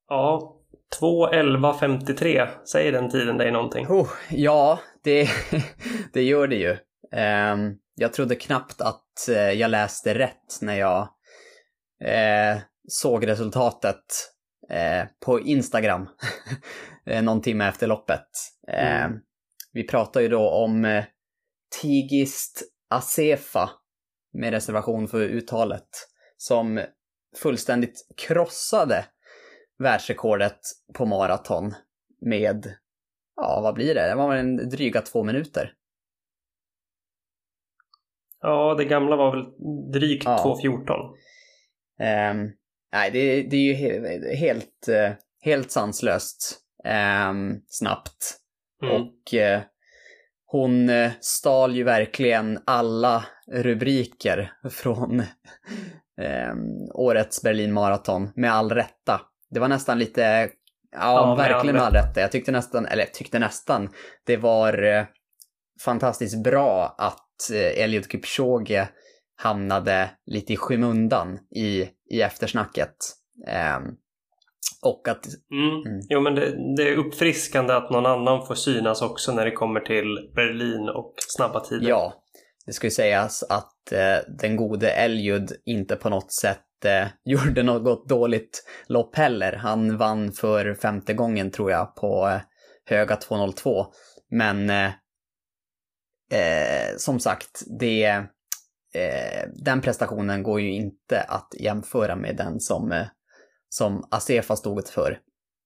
Ja, 2:11:53. Säger den tiden dig någonting? Ja, det gör det ju. Jag trodde knappt att jag läste rätt när jag såg resultatet på Instagram någon timme efter loppet. Vi pratar ju då om Tigist Assefa, med reservation för uttalet, som fullständigt krossade världsrekordet på maraton med, ja, vad blir det? Det var en dryga 2 minuter. Ja, det gamla var väl drygt 2:14. Nej, det är ju helt sanslöst snabbt. Och hon stal ju verkligen alla rubriker från årets Berlin Marathon med all rätta. Det var nästan lite, verkligen med all rätta. Jag tyckte nästan det var fantastiskt bra att Eliud Kipchoge hamnade lite i skymundan i eftersnacket. Och att... Jo, men det är uppfriskande att någon annan får synas också när det kommer till Berlin och snabba tider. Ja, det ska ju sägas att den gode Eliud inte på något sätt gjorde något dåligt lopp heller. Han vann för 5:e gången, tror jag, på höga 2:02. Men som sagt, den prestationen går ju inte att jämföra med den som Assefa stod för.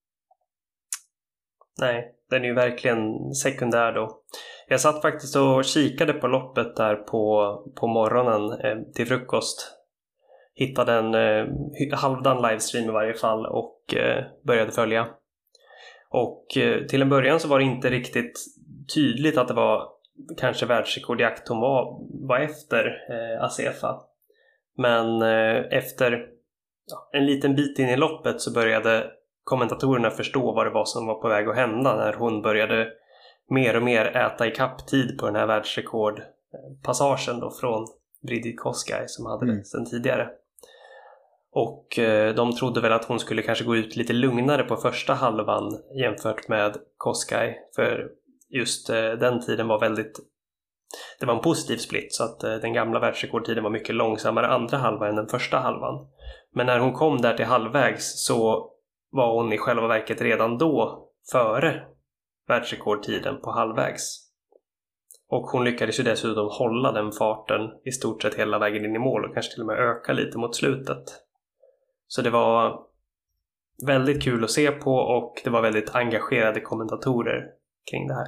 Nej, den är ju verkligen sekundär då. Jag satt faktiskt och kikade på loppet där på morgonen till frukost. Hittade en halvdan livestream i varje fall och började följa. Och till en början så var det inte riktigt tydligt att det var kanske världsrekordjakt hon var efter Assefa. Men efter en liten bit in i loppet så började kommentatorerna förstå vad det var som var på väg att hända när hon började mer och mer äta i kapp tid på den här världsrekordpassagen då från Brigid Kosgei som hade det sedan tidigare. Och de trodde väl att hon skulle kanske gå ut lite lugnare på första halvan jämfört med Kosgei, för just den tiden var det var en positiv split, så att den gamla världsrekordtiden var mycket långsammare andra halvan än den första halvan. Men när hon kom där till halvvägs så var hon i själva verket redan då före världsrekordtiden på halvvägs. Och hon lyckades ju dessutom hålla den farten i stort sett hela vägen in i mål och kanske till och med öka lite mot slutet. Så det var väldigt kul att se på och det var väldigt engagerade kommentatorer kring det här.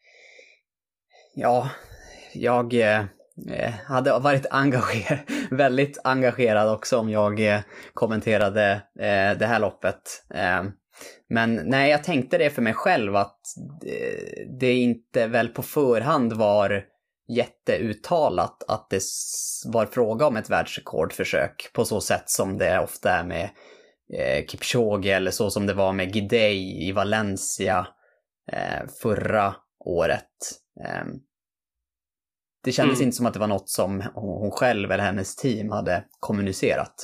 Ja, jag hade varit väldigt engagerad också om jag kommenterade det här loppet. Men nej, jag tänkte det för mig själv att det inte väl på förhand var jätteuttalat att det var fråga om ett världsrekordförsök på så sätt som det ofta är med Kipchoge eller så som det var med Gidey i Valencia förra året. Det kändes inte som att det var något som hon själv eller hennes team hade kommunicerat.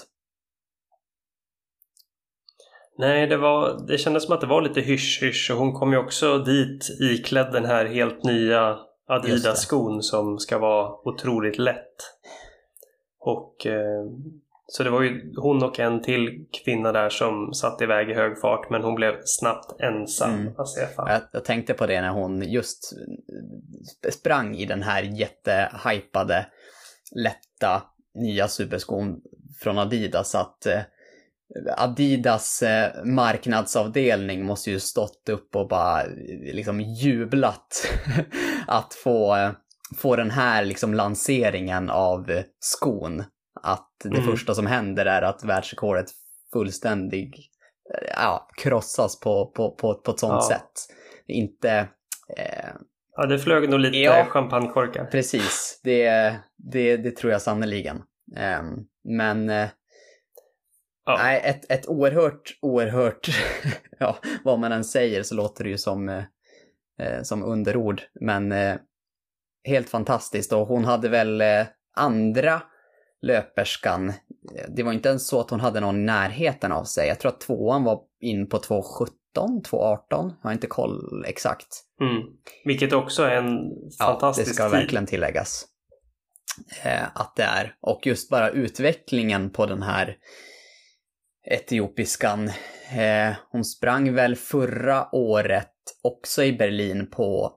Nej, det kändes som att det var lite hysch-hysch och hon kom ju också dit iklädd den här helt nya Adidas-skon som ska vara otroligt lätt. Och så det var ju hon och en till kvinna där som satt iväg i hög fart, men hon blev snabbt ensam. Jag tänkte på det när hon just sprang i den här jättehypade lätta nya superskon från Adidas, att Adidas marknadsavdelning måste ju stått upp och bara liksom jublat att få den här liksom lanseringen av skon. Att det första som händer är att världsrekordet fullständigt krossas på ett sånt sätt. Inte... Ja, det flög nog lite champagnekorkar. Precis, det tror jag sannoliken. Men nej, ett oerhört vad man än säger så låter det ju som underord. Men helt fantastiskt. Och hon hade väl andra löperskan. Det var inte ens så att hon hade någon i närheten av sig. Jag tror att tvåan var in på 2.17, 2.18. Jag har inte koll exakt. Vilket också är en fantastisk tid. Det ska verkligen tilläggas att det är. Och just bara utvecklingen på den här etiopiskan. Hon sprang väl förra året också i Berlin på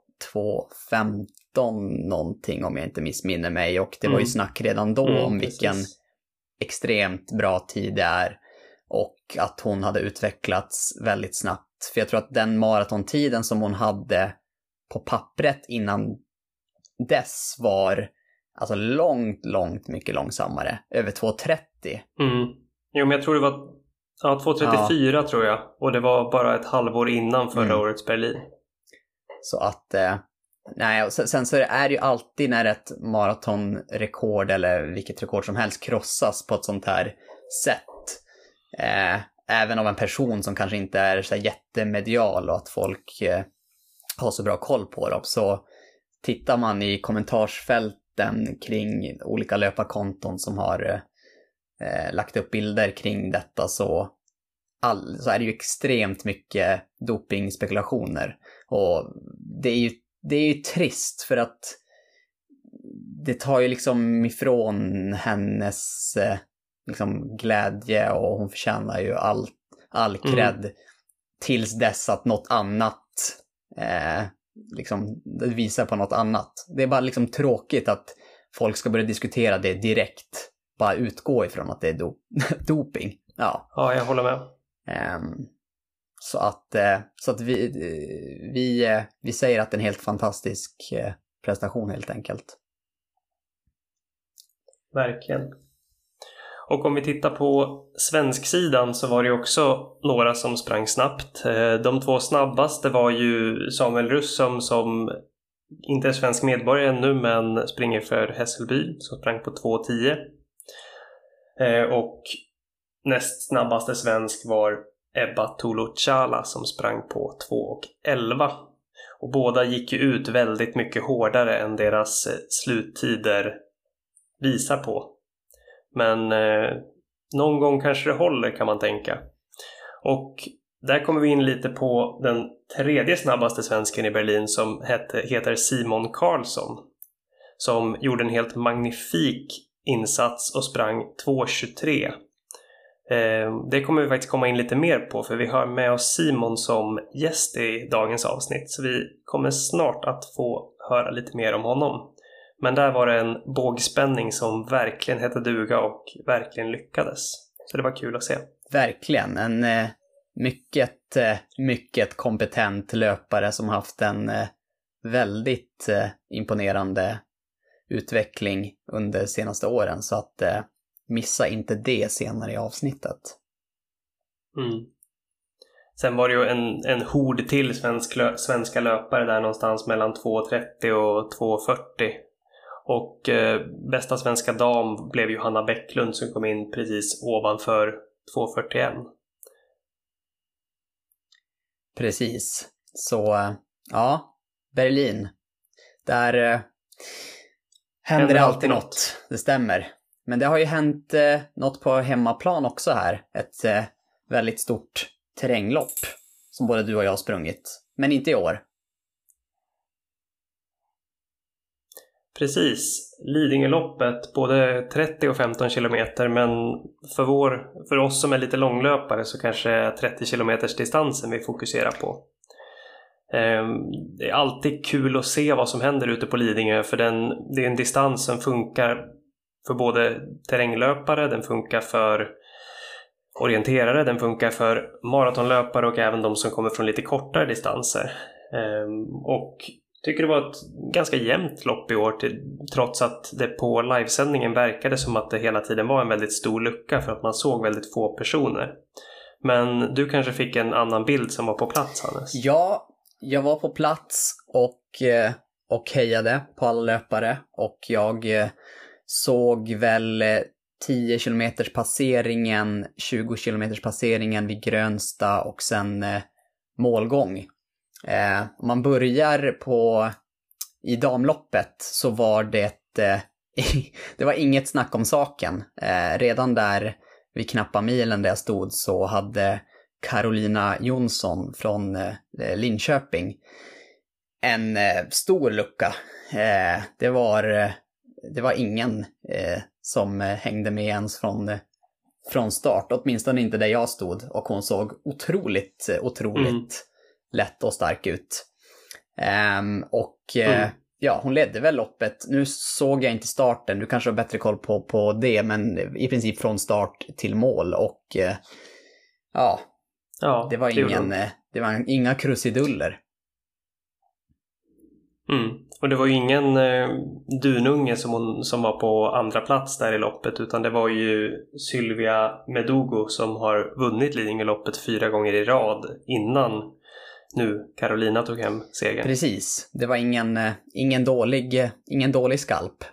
2.15 någonting om jag inte missminner mig. Och det var ju snack redan då om vilken extremt bra tid det är. Och att hon hade utvecklats väldigt snabbt. För jag tror att den maratontiden som hon hade på pappret innan dess var alltså långt mycket långsammare. Över 2.30. Jo, men jag tror det var 2.34 tror jag. Och det var bara ett halvår innan förra årets Berlin. Så att... Nej, och sen så är det ju alltid när ett maratonrekord eller vilket rekord som helst krossas på ett sånt här sätt. Även av en person som kanske inte är så jättemedial och att folk har så bra koll på dem. Så tittar man i kommentarsfälten kring olika löparkonton som har lagt upp bilder kring detta så är det ju extremt mycket dopingspekulationer. Och det är ju trist för att det tar ju liksom ifrån hennes liksom glädje och hon förtjänar ju all cred tills dess att något annat liksom visar på något annat. Det är bara liksom tråkigt att folk ska börja diskutera det direkt. Bara utgå ifrån att det är doping. Ja, jag håller med. Så att vi säger att det är en helt fantastisk prestation helt enkelt. Verkligen. Och om vi tittar på svensk sidan så var det också några som sprang snabbt. De två snabbaste var ju Samuel Russum som inte är svensk medborgare ännu men springer för Hässelby som sprang på 2.10. Och näst snabbaste svensk var Ebba Tolochala som sprang på 2.11. Och båda gick ju ut väldigt mycket hårdare än deras sluttider visar på. Men någon gång kanske det håller kan man tänka. Och där kommer vi in lite på den tredje snabbaste svensken i Berlin som heter Simon Karlsson. Som gjorde en helt magnifik insats och sprang 2.23. Det kommer vi faktiskt komma in lite mer på för vi har med oss Simon som gäst i dagens avsnitt. Så vi kommer snart att få höra lite mer om honom. Men där var det en bågspänning som verkligen hette duga och verkligen lyckades. Så det var kul att se. Verkligen. En mycket kompetent löpare som haft en väldigt imponerande utveckling under senaste åren. Så att missa inte det senare i avsnittet. Sen var det ju en hord till svenska löpare där någonstans mellan 2.30 och 2.40. Och bästa svenska dam blev ju Hanna Bäcklund som kom in precis ovanför 2.41. Precis. Så ja, Berlin. Där händer det alltid något. Det stämmer. Men det har ju hänt något på hemmaplan också här. Ett väldigt stort terränglopp som både du och jag har sprungit. Men inte i år. Precis, Lidingöloppet, både 30 och 15 kilometer, men för oss som är lite långlöpare så kanske 30 kilometers distansen vi fokuserar på. Det är alltid kul att se vad som händer ute på Lidingö för det är en distans som funkar för både terränglöpare, den funkar för orienterare, den funkar för maratonlöpare och även de som kommer från lite kortare distanser. Och tycker det var ett ganska jämnt lopp i år trots att det på livesändningen verkade som att det hela tiden var en väldigt stor lucka för att man såg väldigt få personer. Men du kanske fick en annan bild som var på plats, Hannes? Ja, jag var på plats och hejade på alla löpare och jag såg väl 10 kilometers passeringen, 20 kilometers passeringen vid Grönsta och sen målgång. Om man börjar i damloppet så var det var inget snack om saken. Redan där vid knappa milen där jag stod så hade Carolina Jonsson från Linköping. En stor lucka. Det var ingen som hängde med ens från start. Åtminstone inte där jag stod. Och hon såg otroligt lätt och stark ut. Ja, hon ledde väl loppet. Nu såg jag inte starten. Du kanske har bättre koll på det. Men i princip från start till mål. Och det var inga krusiduller. Och det var ju ingen dununge som var på andra plats där i loppet, utan det var ju Sylvia Medugo som har vunnit Lidingöloppet 4 gånger i rad innan nu Carolina tog hem segern. Precis, det var ingen dålig skalp.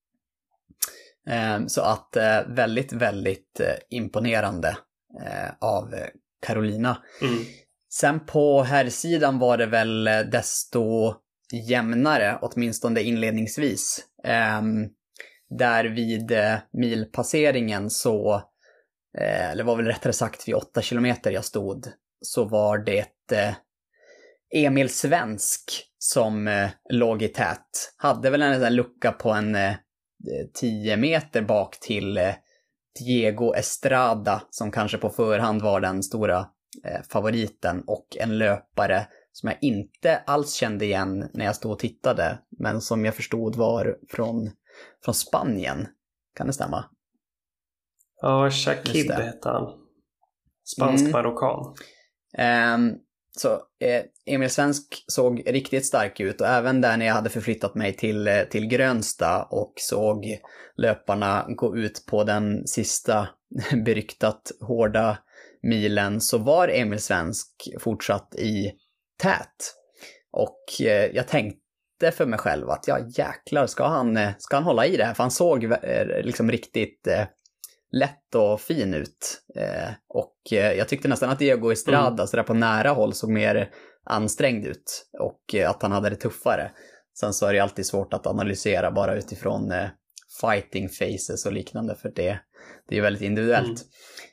Så att väldigt, väldigt imponerande av Carolina. Sen på här sidan var det väl desto jämnare, åtminstone inledningsvis. Där vid milpasseringen så, eller var väl rättare sagt vid 8 kilometer jag stod, så var det Emil Svensk som låg i tät. Hade väl en lucka på en 10 meter bak till Diego Estrada, som kanske på förhand var den stora favoriten, och en löpare som jag inte alls kände igen när jag stod och tittade, men som jag förstod var från Spanien. Kan det stämma? Ja, Shakib heter han. Spansk-marockan. Så Emil Svensk såg riktigt stark ut, och även där när jag hade förflyttat mig till Grönsta och såg löparna gå ut på den sista beryktat hårda milen, så var Emil Svensk fortsatt i tät. Och jag tänkte för mig själv att jäklar, ska han hålla i det här? För han såg liksom riktigt lätt och fin ut. Och jag tyckte nästan att Diego Estrada så där på nära håll såg mer ansträngd ut. Och att han hade det tuffare. Sen så är det alltid svårt att analysera bara utifrån fighting faces och liknande. För det är ju väldigt individuellt.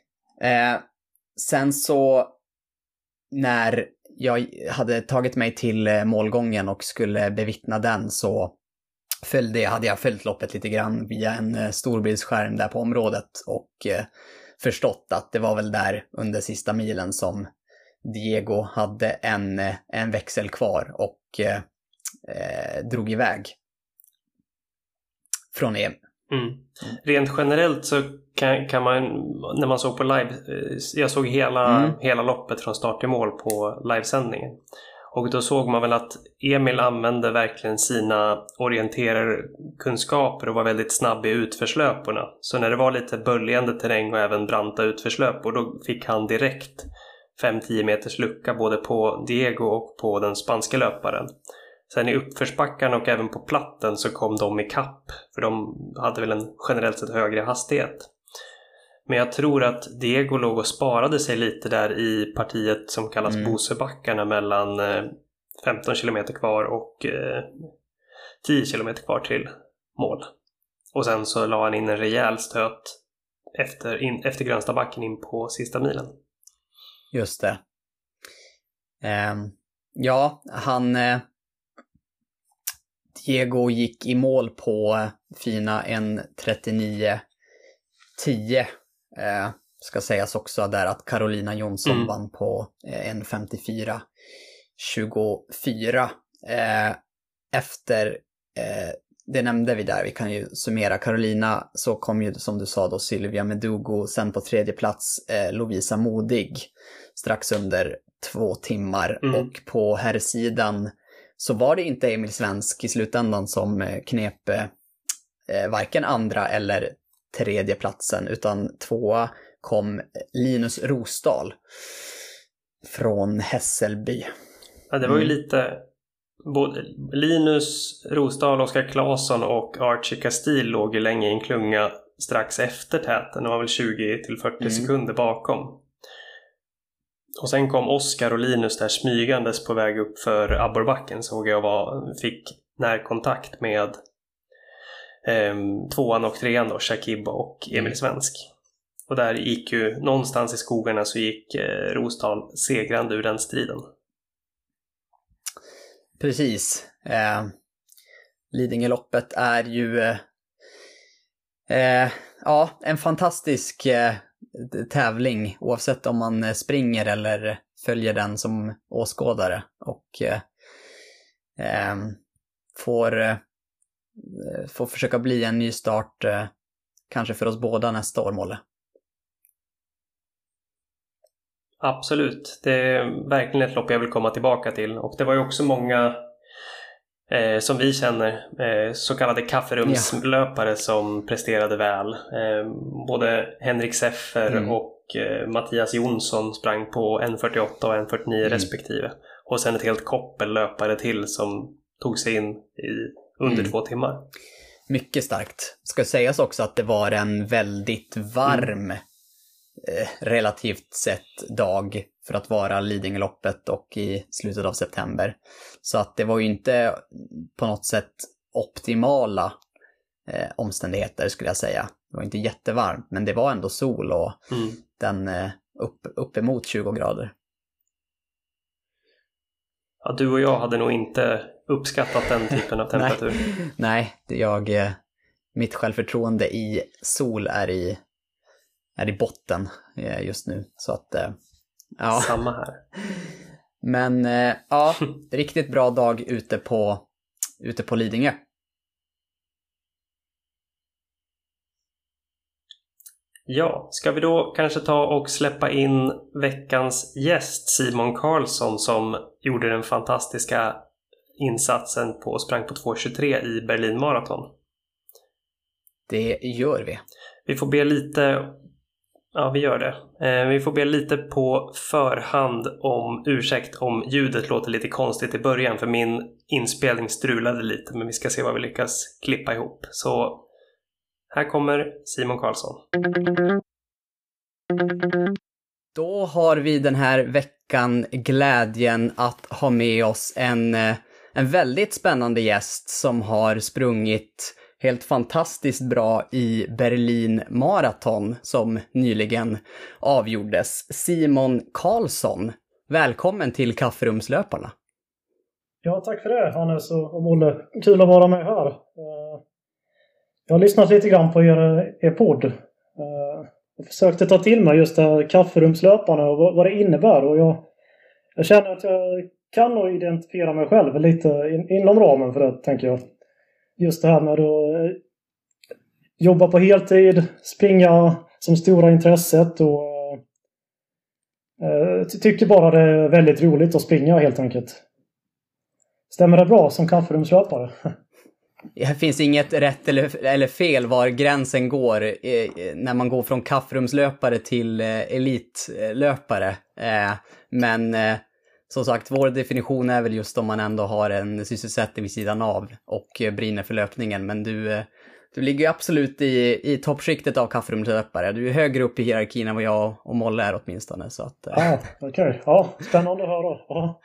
Sen så när jag hade tagit mig till målgången och skulle bevittna den, så hade jag följt loppet lite grann via en storbildsskärm där på området och förstått att det var väl där under sista milen som Diego hade en växel kvar och drog iväg från EM. Rent generellt så kan man, när man såg på live, jag såg hela loppet från start till mål på livesändningen, och då såg man väl att Emil använde verkligen sina orienterarkunskaper och var väldigt snabb i utförslöporna. Så när det var lite böljande terräng och även branta utförslöpor, då fick han direkt 5-10 meters lucka både på Diego och på den spanska löparen. Sen i uppförsbackarna och även på platten så kom de i kapp, för de hade väl en generellt sett högre hastighet. Men jag tror att Diego låg och sparade sig lite där i partiet som kallas Bosöbackarna, mellan 15 kilometer kvar och 10 kilometer kvar till mål. Och sen så la han in en rejäl stöt efter Grönstabacken in på sista milen. Just det. Diego gick i mål på fina 1:39:10. Ska sägas också där att Carolina Jonsson vann på 1:54:24. Efter, det nämnde vi där, vi kan ju summera. Carolina, så kom ju som du sa då Sylvia Medugo, sen på 3:e plats Lovisa Modig strax under 2 timmar. Och på herrsidan så var det inte Emil Svensk i slutändan som knep varken andra eller 3:e platsen, utan 2:a kom Linus Rosdahl från Hässelby. Ja, det var ju lite både Linus Rosdahl, Oskar Claesson och Archie Castile låg ju länge i en klunga strax efter täten. Det var väl 20-40 sekunder bakom. Och sen kom Oskar och Linus där smygandes på väg upp för Abborrbacken, såg jag fick närkontakt med 2:an och 3:an då, Shakib och Emil Svensk. Och där gick ju någonstans i skogarna så gick Rosdahl segrande ur den striden. Precis. Lidingöloppet är ju en fantastisk tävling oavsett om man springer eller följer den som åskådare och får försöka bli en ny start kanske för oss båda nästa år, Molle. Absolut, det är verkligen ett lopp jag vill komma tillbaka till. Och det var ju också många som vi känner, så kallade kafferumslöpare som presterade väl. Både Henrik Seffer och Mattias Jonsson sprang på 1.48 och 1.49 respektive. Och sen ett helt koppel löpare till som tog sig in i under 2 timmar. Mycket starkt. Ska sägas också att det var en väldigt varm relativt sett dag för att vara Lidingöloppet och i slutet av september. Så att det var ju inte på något sätt optimala omständigheter skulle jag säga. Det var inte jättevarmt, men det var ändå sol och den uppemot 20 grader. Ja, du och jag hade nog inte uppskattat den typen av temperatur. Nej, mitt självförtroende i sol är i botten just nu. Så att, ja. Samma här. Men riktigt bra dag ute på Lidingö. Ja, ska vi då kanske ta och släppa in veckans gäst Simon Karlsson som gjorde den fantastiska insatsen sprang på 2.23 i Berlin Marathon. Det gör vi. Vi får be lite... Ja, vi gör det. Vi får be lite på förhand om ursäkt om ljudet låter lite konstigt i början för min inspelning strulade lite, men vi ska se vad vi lyckas klippa ihop. Så här kommer Simon Karlsson. Då har vi den här veckan glädjen att ha med oss en väldigt spännande gäst som har sprungit helt fantastiskt bra i Berlin Marathon som nyligen avgjordes. Simon Karlsson, välkommen till Kafferumslöparna. Ja, tack för det Hannes och Molle. Kul att vara med här. Jag har lyssnat lite grann på er podd och försökte ta till mig just det här Kafferumslöparna och vad det innebär. Och jag känner att jag kan nog identifiera mig själv lite inom ramen för det, tänker jag. Just det här med att jobba på heltid, springa som stora intresset och tycker bara det är väldigt roligt att springa helt enkelt. Stämmer det bra som kafferumslöpare? Det finns inget rätt eller fel var gränsen går när man går från kafferumslöpare till elitlöpare. Men som sagt, vår definition är väl just om man ändå har en sysselsättning vid sidan av och brinner för löpningen. Men du ligger ju absolut i toppskiktet av kafferumslöpare. Du är högre upp i hierarkin än vad jag och Molle är åtminstone. Så att, okej. Ja, spännande att höra. Ja.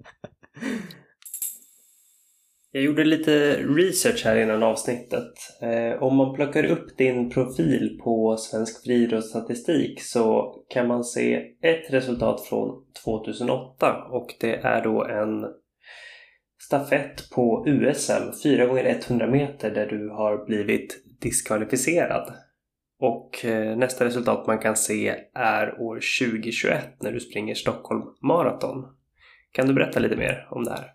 Jag gjorde lite research här innan avsnittet. Om man plockar upp din profil på Svensk friidrottsstatistik så kan man se ett resultat från 2008 och det är då en stafett på USM 4x100 meter där du har blivit diskvalificerad. Och nästa resultat man kan se är år 2021 när du springer Stockholm Marathon. Kan du berätta lite mer om det här?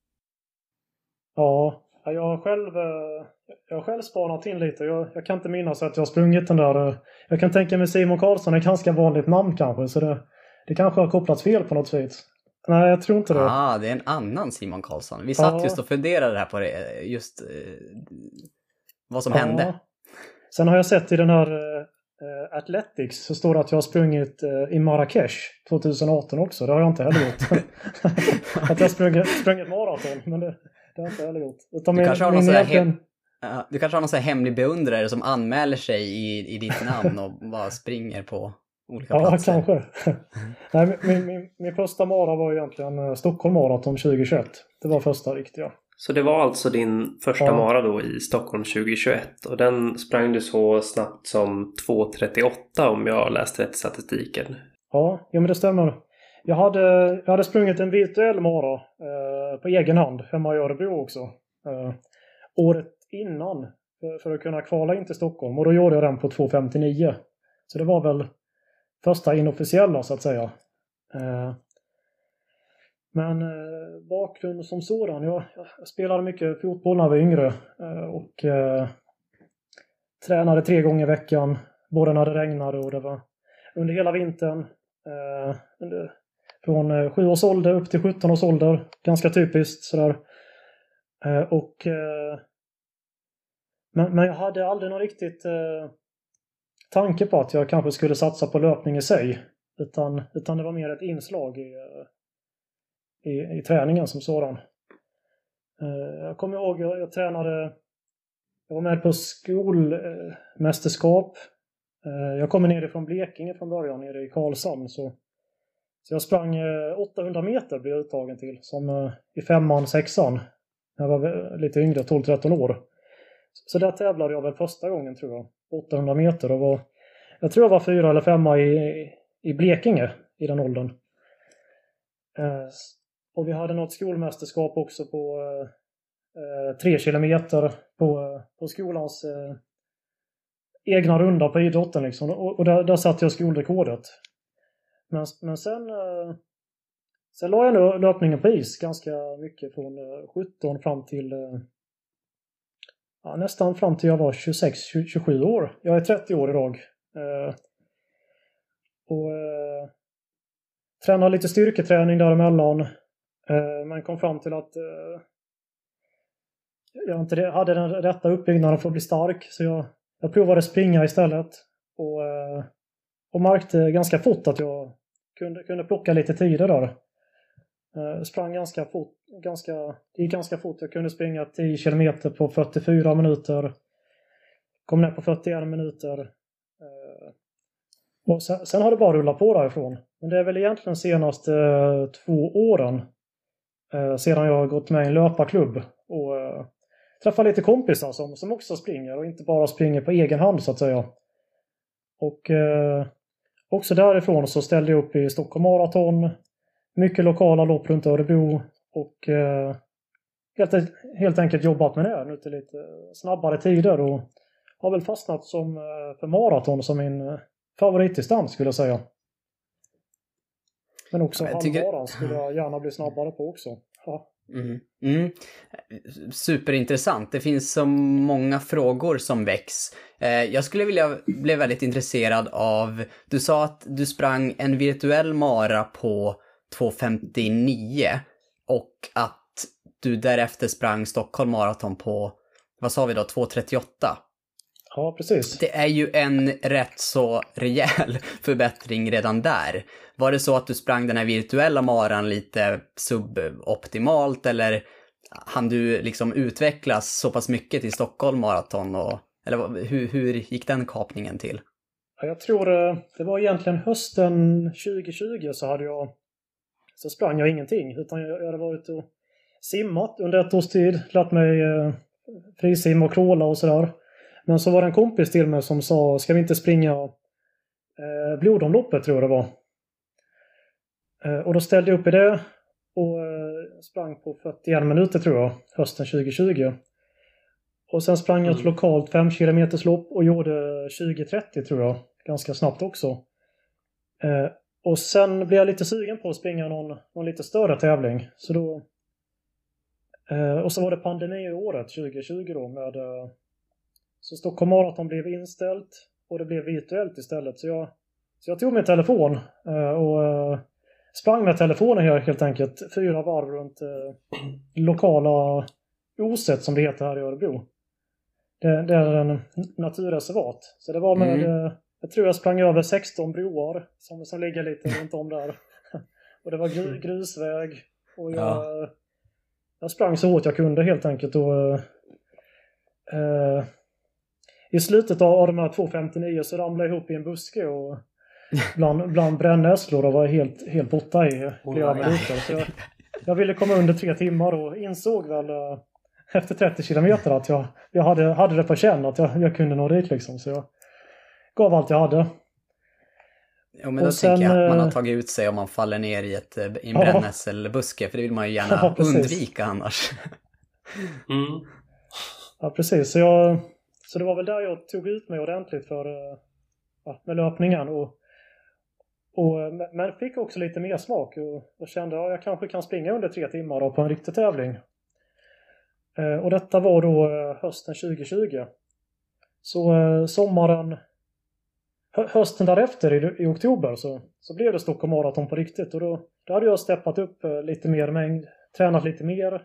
Ja, jag har själv spanat in lite. Jag kan inte minnas att jag har sprungit den där. Jag kan tänka mig Simon Karlsson är ett ganska vanligt namn kanske. Så det kanske har kopplats fel på något vis. Nej, jag tror inte det. Det är en annan Simon Karlsson. Vi satt just och funderade här på det. Just vad som hände. Sen har jag sett i den här Athletics så står det att jag har sprungit i Marrakesh 2018 också. Det har jag inte heller gjort. Att jag sprungit maraton, men det har jag inte heller gjort. Du kanske har någon sån här hemlig beundrare som anmäler sig i ditt namn och bara springer på olika platser. Ja, kanske. Nej, min första mara var egentligen Stockholm Marathon 2021. Det var första riktiga. Så det var alltså din första mara då i Stockholm 2021 och den sprang du så snabbt som 2:38 om jag läst rätt statistiken. Ja, men det stämmer. Jag hade sprungit en virtuell mara på egen hand hemma i Örebro också. Året innan för att kunna kvala in till Stockholm och då gjorde jag den på 2:59. Så det var väl första inofficiella så att säga. Men bakgrund som sådan, jag spelade mycket fotboll när jag var yngre och tränade 3 gånger i veckan, både när det regnade och det var under hela vintern. Från 7 års ålder upp till 17 års ålder, ganska typiskt sådär. Men jag hade aldrig någon riktigt tanke på att jag kanske skulle satsa på löpning i sig. Utan det var mer ett inslag i träningen som sådan. Jag kommer ihåg jag tränade, jag var med på skolmästerskap. Jag kommer ner från Blekinge från början, nere i Karlshamn. Så jag sprang 800 meter blev jag uttagen till, som i 5:an, 6:an. Jag var lite yngre, 12-13 år. Så där tävlade jag väl första gången tror jag. 800 meter. Jag tror jag var 4 eller 5 i Blekinge i den åldern. Och vi hade något skolmästerskap också på 3 kilometer på skolans egna runda på idrotten liksom. Och där satte jag skolrekordet. Men sen la jag nog löpningen på is ganska mycket från 17 fram till nästan fram till jag var 26-27 år. Jag är 30 år idag. Tränade lite styrketräning däremellan. Men kom fram till att jag inte hade den rätta uppbyggnaden för att bli stark. Så jag provade springa istället. Och märkte ganska fort att jag kunde plocka lite tider där. Sprang ganska fort. Det gick ganska fort. Jag kunde springa 10 kilometer på 44 minuter. Kom ner på 41 minuter. Och sen har det bara rullat på därifrån. Men det är väl egentligen senaste 2 åren. Sedan jag har gått med i en löparklubb. Och träffar lite kompisar som också springer. Och inte bara springer på egen hand så att säga. Och också därifrån så ställde jag upp i Stockholm Marathon. Mycket lokala lopp runt Örebro. Och helt enkelt jobbat med det nu till lite snabbare tider. Och har väl fastnat för maraton som min favoritdistans skulle jag säga. Men också halvmaran skulle jag gärna bli snabbare på också. Ja. Superintressant. Det finns så många frågor som väcks. Jag skulle vilja bli väldigt intresserad av, du sa att du sprang en virtuell mara på 2:59 och att du därefter sprang Stockholm Marathon på, vad sa vi då, 2:38. Ja, precis. Det är ju en rätt så rejäl förbättring redan där. Var det så att du sprang den här virtuella maran lite suboptimalt eller hann du liksom utvecklas så pass mycket till Stockholm Marathon? Eller hur gick den kapningen till? Ja, jag tror det var egentligen hösten 2020 så sprang jag ingenting. Utan jag hade varit och simmat under 1 års tid. Lärt mig frisim och kråla och sådär. Men så var det en kompis till mig som sa, ska vi inte springa blodomloppet tror jag det var. Och då ställde jag upp i det och sprang på 41 minuter tror jag, hösten 2020. Och sen sprang jag ett lokalt 5 kilometers lopp och gjorde 20:30 tror jag, ganska snabbt också. Och sen blev jag lite sugen på att springa någon lite större tävling. Så då, och så var det pandemiåret 2020 då med... Så Stockholm Marathon blev inställt och det blev virtuellt istället. Så jag tog min telefon och sprang med telefonen här helt enkelt 4 varv runt lokala Oset som det heter här i Örebro. Det är en naturreservat. Så det var med, jag tror jag sprang över 16 broar som ligger lite runt om där. Och det var grusväg och jag sprang så hårt jag kunde helt enkelt och i slutet av de här 2:59 så ramlade jag ihop i en buske och bland brännässlor och var helt borta i flera minuter. Så jag ville komma under 3 timmar och insåg väl efter 30 kilometer att jag hade det på känn att jag kunde nå dit liksom. Så jag gav allt jag hade. Ja, men då tänker jag att man har tagit ut sig om man faller ner i en brännässelbuske, för det vill man ju gärna undvika annars. Mm. Ja, precis. Så det var väl där jag tog ut mig ordentligt med löpningen. Men fick också lite mer smak och kände att jag kanske kan springa under 3 timmar då på en riktig tävling. Och detta var då hösten 2020. Så hösten därefter i oktober så blev det Stockholm Marathon på riktigt. Och då hade jag steppat upp lite mer mängd, tränat lite mer.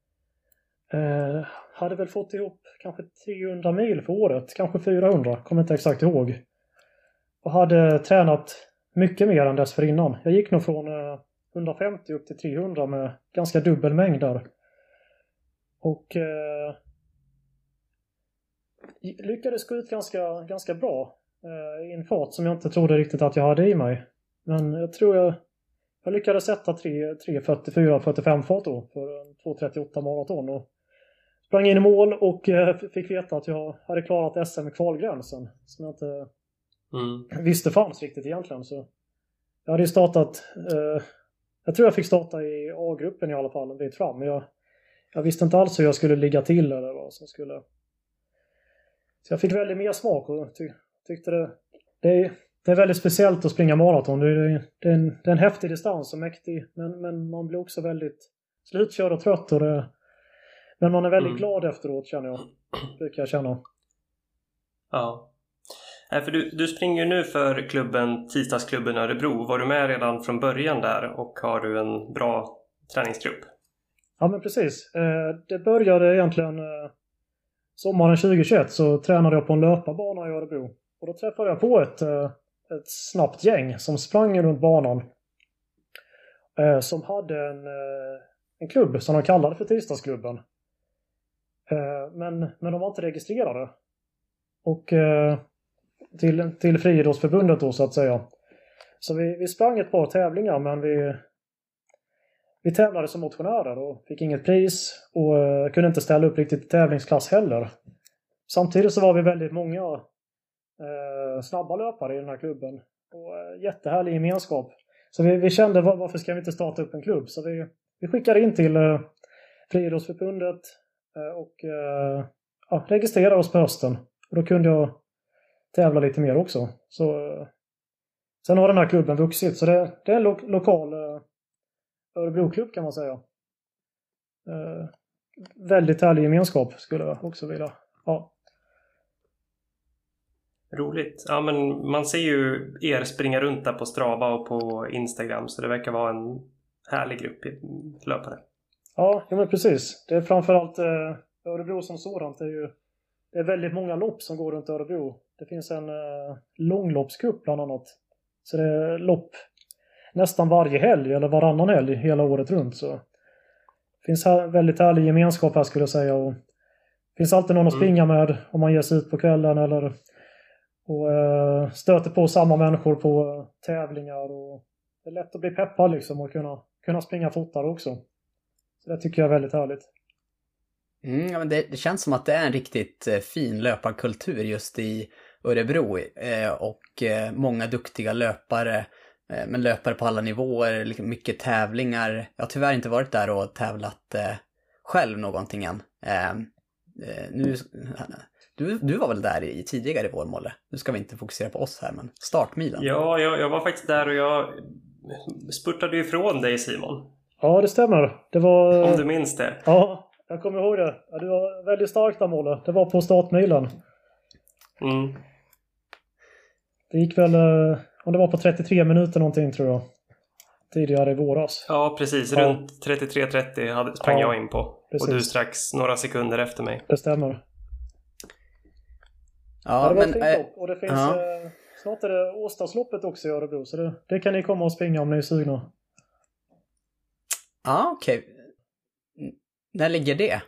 Hade väl fått ihop kanske 300 mil för året, kanske 400, kommer inte exakt ihåg. Och hade tränat mycket mer än dessförinnan. Jag gick nog från 150 upp till 300 med ganska dubbel mängd där. Och lyckades gå ut ganska bra i en fart som jag inte trodde riktigt att jag hade i mig. Men jag tror jag lyckades sätta 3:44-45 fart då för en 2:38 maraton. Och sprang in i mål och fick veta att jag hade klarat SM-kvalgränsen som jag inte visste fanns riktigt egentligen. Så jag hade ju startat, jag tror jag fick starta i A-gruppen i alla fall en bit fram. Men jag visste inte alls hur jag skulle ligga till eller vad som skulle. Så jag fick väldigt mer smak och tyckte det är väldigt speciellt att springa maraton. Det är en häftig distans och mäktig, men man blir också väldigt slutkörd och trött. Men man är väldigt glad efteråt, brukar jag känna. Ja. För du springer ju nu för Tisdagsklubben Örebro. Var du med redan från början där och har du en bra träningsgrupp? Ja, men precis. Det började egentligen sommaren 2021 så tränade jag på en löparbana i Örebro. Och då träffade jag på ett snabbt gäng som sprang runt banan. Som hade en klubb som de kallade för Tisdagsklubben. Men de var inte registrerade. Och till Friidrottsförbundet då så att säga. Så vi sprang ett par tävlingar men vi tävlade som motionärer och fick inget pris och kunde inte ställa upp riktigt i tävlingsklass heller. Samtidigt så var vi väldigt många snabba löpare i den här klubben och jättehärlig gemenskap. Så vi kände varför ska vi inte starta upp en klubb? Så vi skickade in till Friidrottsförbundet och registrerade oss på hösten. Och då kunde jag tävla lite mer också. Så sen har den här klubben vuxit. Så det är en lokal Örebro-klubb kan man säga. Väldigt härlig gemenskap skulle jag också vilja. Ja. Roligt. Ja, men man ser ju er springa runt där på Strava och på Instagram. Så det verkar vara en härlig grupp löpare. Ja, men precis. Det är framförallt Örebro som sådant. Det är väldigt många lopp som går runt Örebro. Det finns en långloppscup bland annat. Så det är lopp nästan varje helg eller varannan helg hela året runt. Så det finns väldigt härlig gemenskap här skulle jag säga. Och det finns alltid någon att springa med om man ger sig ut på kvällen eller och stöter på samma människor på tävlingar. Och det är lätt att bli peppad liksom och kunna springa fortare också. Så det tycker jag är väldigt härligt. Ja, men det känns som att det är en riktigt fin löparkultur just i Örebro och många duktiga löpare, men löpare på alla nivåer, mycket tävlingar. Jag har tyvärr inte varit där och tävlat själv någonting än. Du var väl där tidigare i vår, Molle? Nu ska vi inte fokusera på oss här, men startmilen. Ja, jag var faktiskt där och jag spurtade ifrån dig, Simon. Ja, det stämmer. Det var... Om du minns det. Ja, jag kommer ihåg det. Ja, du var väldigt stark där, Molle. Det var på startmilen. Det gick väl, om det var på 33 minuter någonting tror jag. Tidigare i våras. Ja, precis. Runt 33:30 sprang jag in på. Precis. Och du strax några sekunder efter mig. Det stämmer. Ja, det var ett fint lopp. Och det finns, snart är det Åstadsloppet också i Örebro. Så det kan ni komma och springa om ni är sugna. Ja, okej. När ligger det?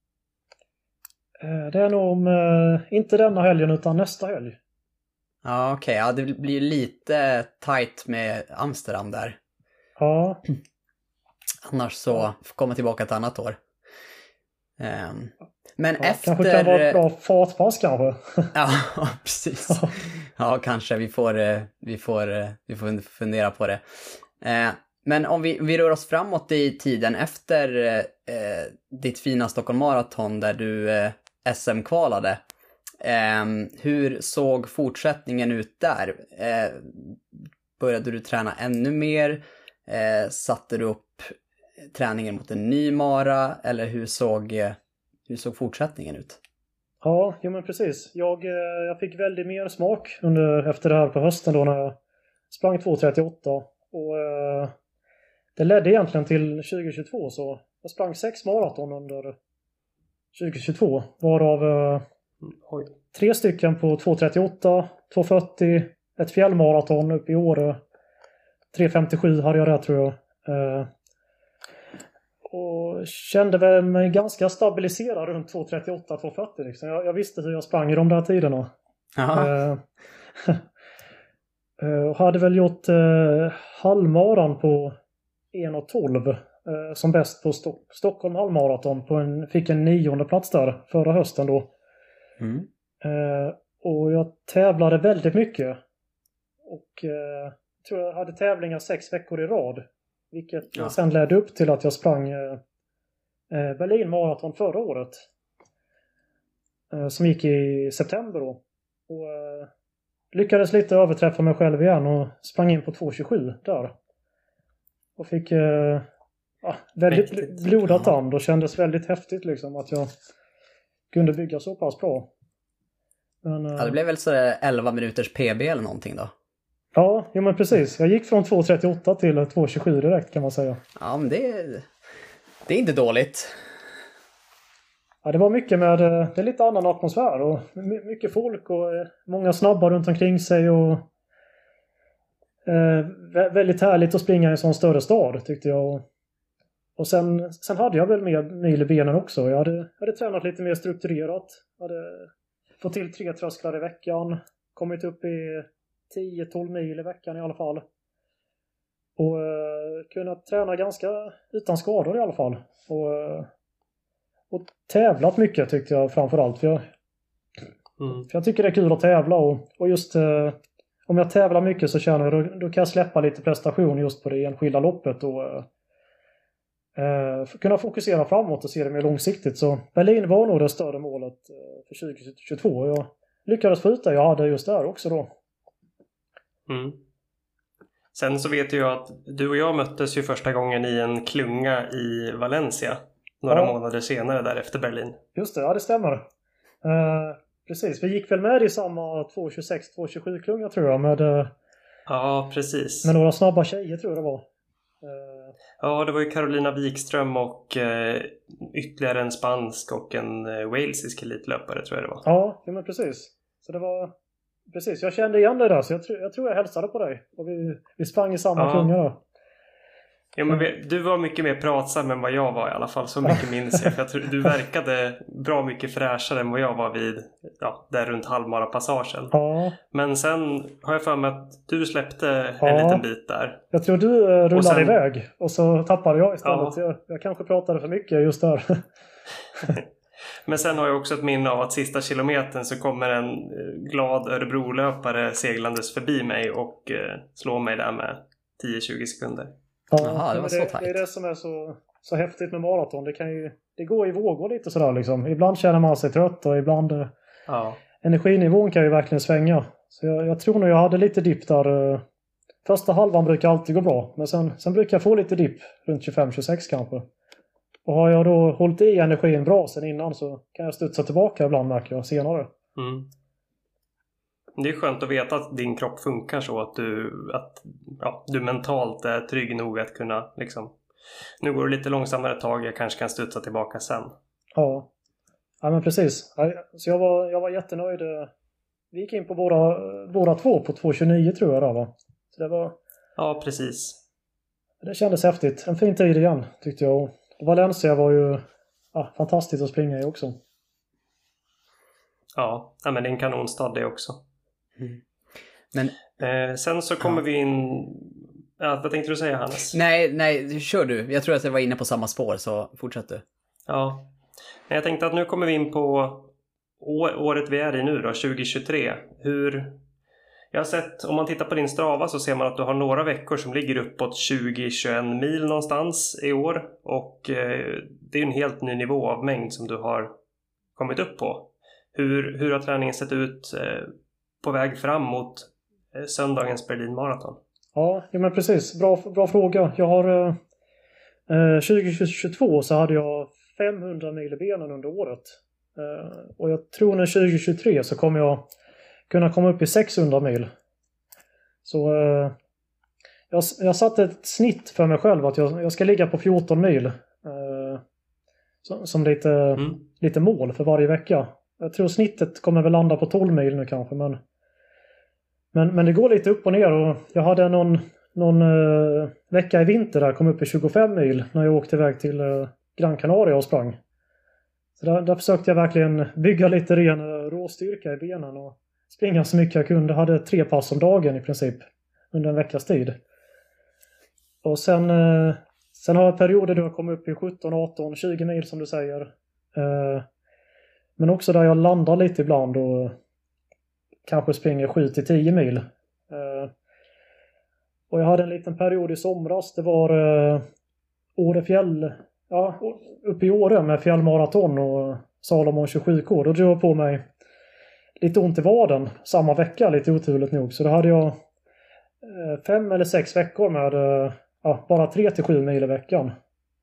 Det är nog om, inte denna helgen utan nästa helg. Ja, okej. Ja, det blir lite tight med Amsterdam där. Ja. Annars så komma tillbaka ett annat år. Men Ja, efter... kanske kan vara ett bra fartpass kanske. Ja, precis. Ja, kanske. Vi får fundera på det. Men om vi rör oss framåt i tiden efter ditt fina Stockholm Marathon där du SM-kvalade. Hur såg fortsättningen ut där? Började du träna ännu mer? Satte du upp träningen mot en ny mara? Eller hur såg fortsättningen ut? Ja, jo men precis. Jag fick väldigt mer smak efter det här på hösten då när jag sprang 2.38. Och det ledde egentligen till 2022, så jag sprang 6 maraton under 2022. Varav 3 stycken på 2.38, 2.40, ett fjällmaraton uppe i Åre. 3.57 hade jag där tror jag. Och kände väl mig ganska stabiliserad runt 2.38, 2.40 liksom. Jag visste hur jag sprang i de där tiderna. Och hade väl gjort halvmaran på 1.12 som bäst på Stockholm halvmaraton. Fick en 9:e plats där förra hösten då. Och jag tävlade väldigt mycket. Och tror jag hade tävlingar 6 veckor i rad. Vilket sen ledde upp till att jag sprang Berlin maraton förra året. Som gick i september då. Och lyckades lite överträffa mig själv igen och sprang in på 2.27 där. Och fick väldigt blodad tand och kändes väldigt häftigt liksom att jag kunde bygga så pass bra. Men, det blev väl så 11 minuters PB eller någonting då? Ja, jo men precis. Jag gick från 2.38 till 2.27 direkt kan man säga. Ja, men det är inte dåligt. Ja, det var mycket med, det är lite annan atmosfär och mycket folk och många snabba runt omkring sig och väldigt härligt att springa i en sån större stad tyckte jag. Och sen hade jag väl mer mil i benen också. Jag hade tränat lite mer strukturerat. Hade fått till 3 trösklar i veckan. Kommit upp i 10-12 mil i veckan i alla fall. Och kunnat träna ganska utan skador i alla fall. Och tävlat mycket tyckte jag framförallt. För jag tycker det är kul att tävla. Och just om jag tävlar mycket så känner jag då kan jag släppa lite prestation just på det enskilda loppet. Och kunna fokusera framåt och se det mer långsiktigt. Så Berlin var nog det större målet för 2022. Jag lyckades få ut det jag hade just där också då. Sen så vet jag att du och jag möttes ju första gången i en klunga i Valencia. Några månader senare där efter Berlin. Just det, ja det stämmer. Precis, vi gick väl med i samma 2.26-2.27 klunga tror jag. Ja, precis. Med några snabba tjejer tror jag det var. Ja, det var ju Carolina Wikström och ytterligare en spansk och en walesisk elitlöpare tror jag det var. Ja, men precis. Så det var... Precis, jag kände igen dig där så jag tror jag hälsade på dig. Och vi sprang i samma klunga då. Ja, men du var mycket mer pratsam än vad jag var i alla fall. Så mycket minns jag. För jag tror, du verkade bra mycket fräschare än vad jag var vid där runt halvmara-passagen. Ja. Men sen har jag för mig att du släppte en liten bit där. Jag tror du rullade iväg. Och så tappade jag istället. Ja. Jag kanske pratade för mycket just där. Men sen har jag också ett minne av att sista kilometern så kommer en glad Örebrolöpare seglandes förbi mig och slår mig där med 10-20 sekunder. Ja, det var så tajt. Det är det som är så häftigt med maraton. Det går i vågor lite sådär liksom. Ibland känner man sig trött och ibland energinivån kan ju verkligen svänga. Så jag tror nog jag hade lite dipp där. Första halvan brukar alltid gå bra. Men sen brukar jag få lite dipp runt 25-26 kanske. Och har jag då hållit i energin bra sen innan så kan jag studsa tillbaka ibland märker jag senare. Det är skönt att veta att din kropp funkar så att du mentalt är trygg nog att kunna liksom, nu går det lite långsammare ett tag, jag kanske kan studsa tillbaka sen. Ja men precis. Så jag var jättenöjd. Vi gick in på båda två på 2.29 tror jag då, va? Så det var... Ja, precis. Det kändes häftigt. En fin tid igen tyckte jag. Och Valencia var ju fantastiskt att springa i också. Ja, men det är en kanonstad det också. Men sen så kommer vi in... vad tänkte du säga, Hannes? Nej, kör du. Jag tror att jag var inne på samma spår, så fortsätt du. Ja. Men jag tänkte att nu kommer vi in på året vi är i nu då, 2023. Jag har sett, om man tittar på din Strava så ser man att du har några veckor som ligger uppåt 20-21 mil någonstans i år. Och det är en helt ny nivå av mängd som du har kommit upp på. Hur har träningen sett ut på väg fram mot söndagens Berlin Marathon? Ja, men precis. Bra fråga. Jag har 2022 så hade jag 500 mil i benen under året. Och jag tror när 2023 så kommer jag kunna komma upp i 600 mil. Så jag satte ett snitt för mig själv att jag ska ligga på 14 mil. Som lite mål för varje vecka. Jag tror snittet kommer väl landa på 12 mil nu kanske. Men det går lite upp och ner. Och jag hade någon vecka i vinter där kom upp i 25 mil när jag åkte iväg till Gran Canaria och sprang. Så där försökte jag verkligen bygga lite ren råstyrka i benen och springa så mycket jag kunde. Jag hade 3 pass om dagen i princip under en veckas tid. Och sen har jag perioder då jag kom upp i 17, 18, 20 mil som du säger. Men också där jag landar lite ibland och kanske springer 7-10 mil. Och jag hade en liten period i somras. Det var Årefjäll, uppe i Åre med fjällmaraton och Salomon 27K. Då drog jag på mig lite ont i vaden samma vecka, lite oturligt nog. Så då hade jag 5 eller 6 veckor med bara 3-7 mil i veckan.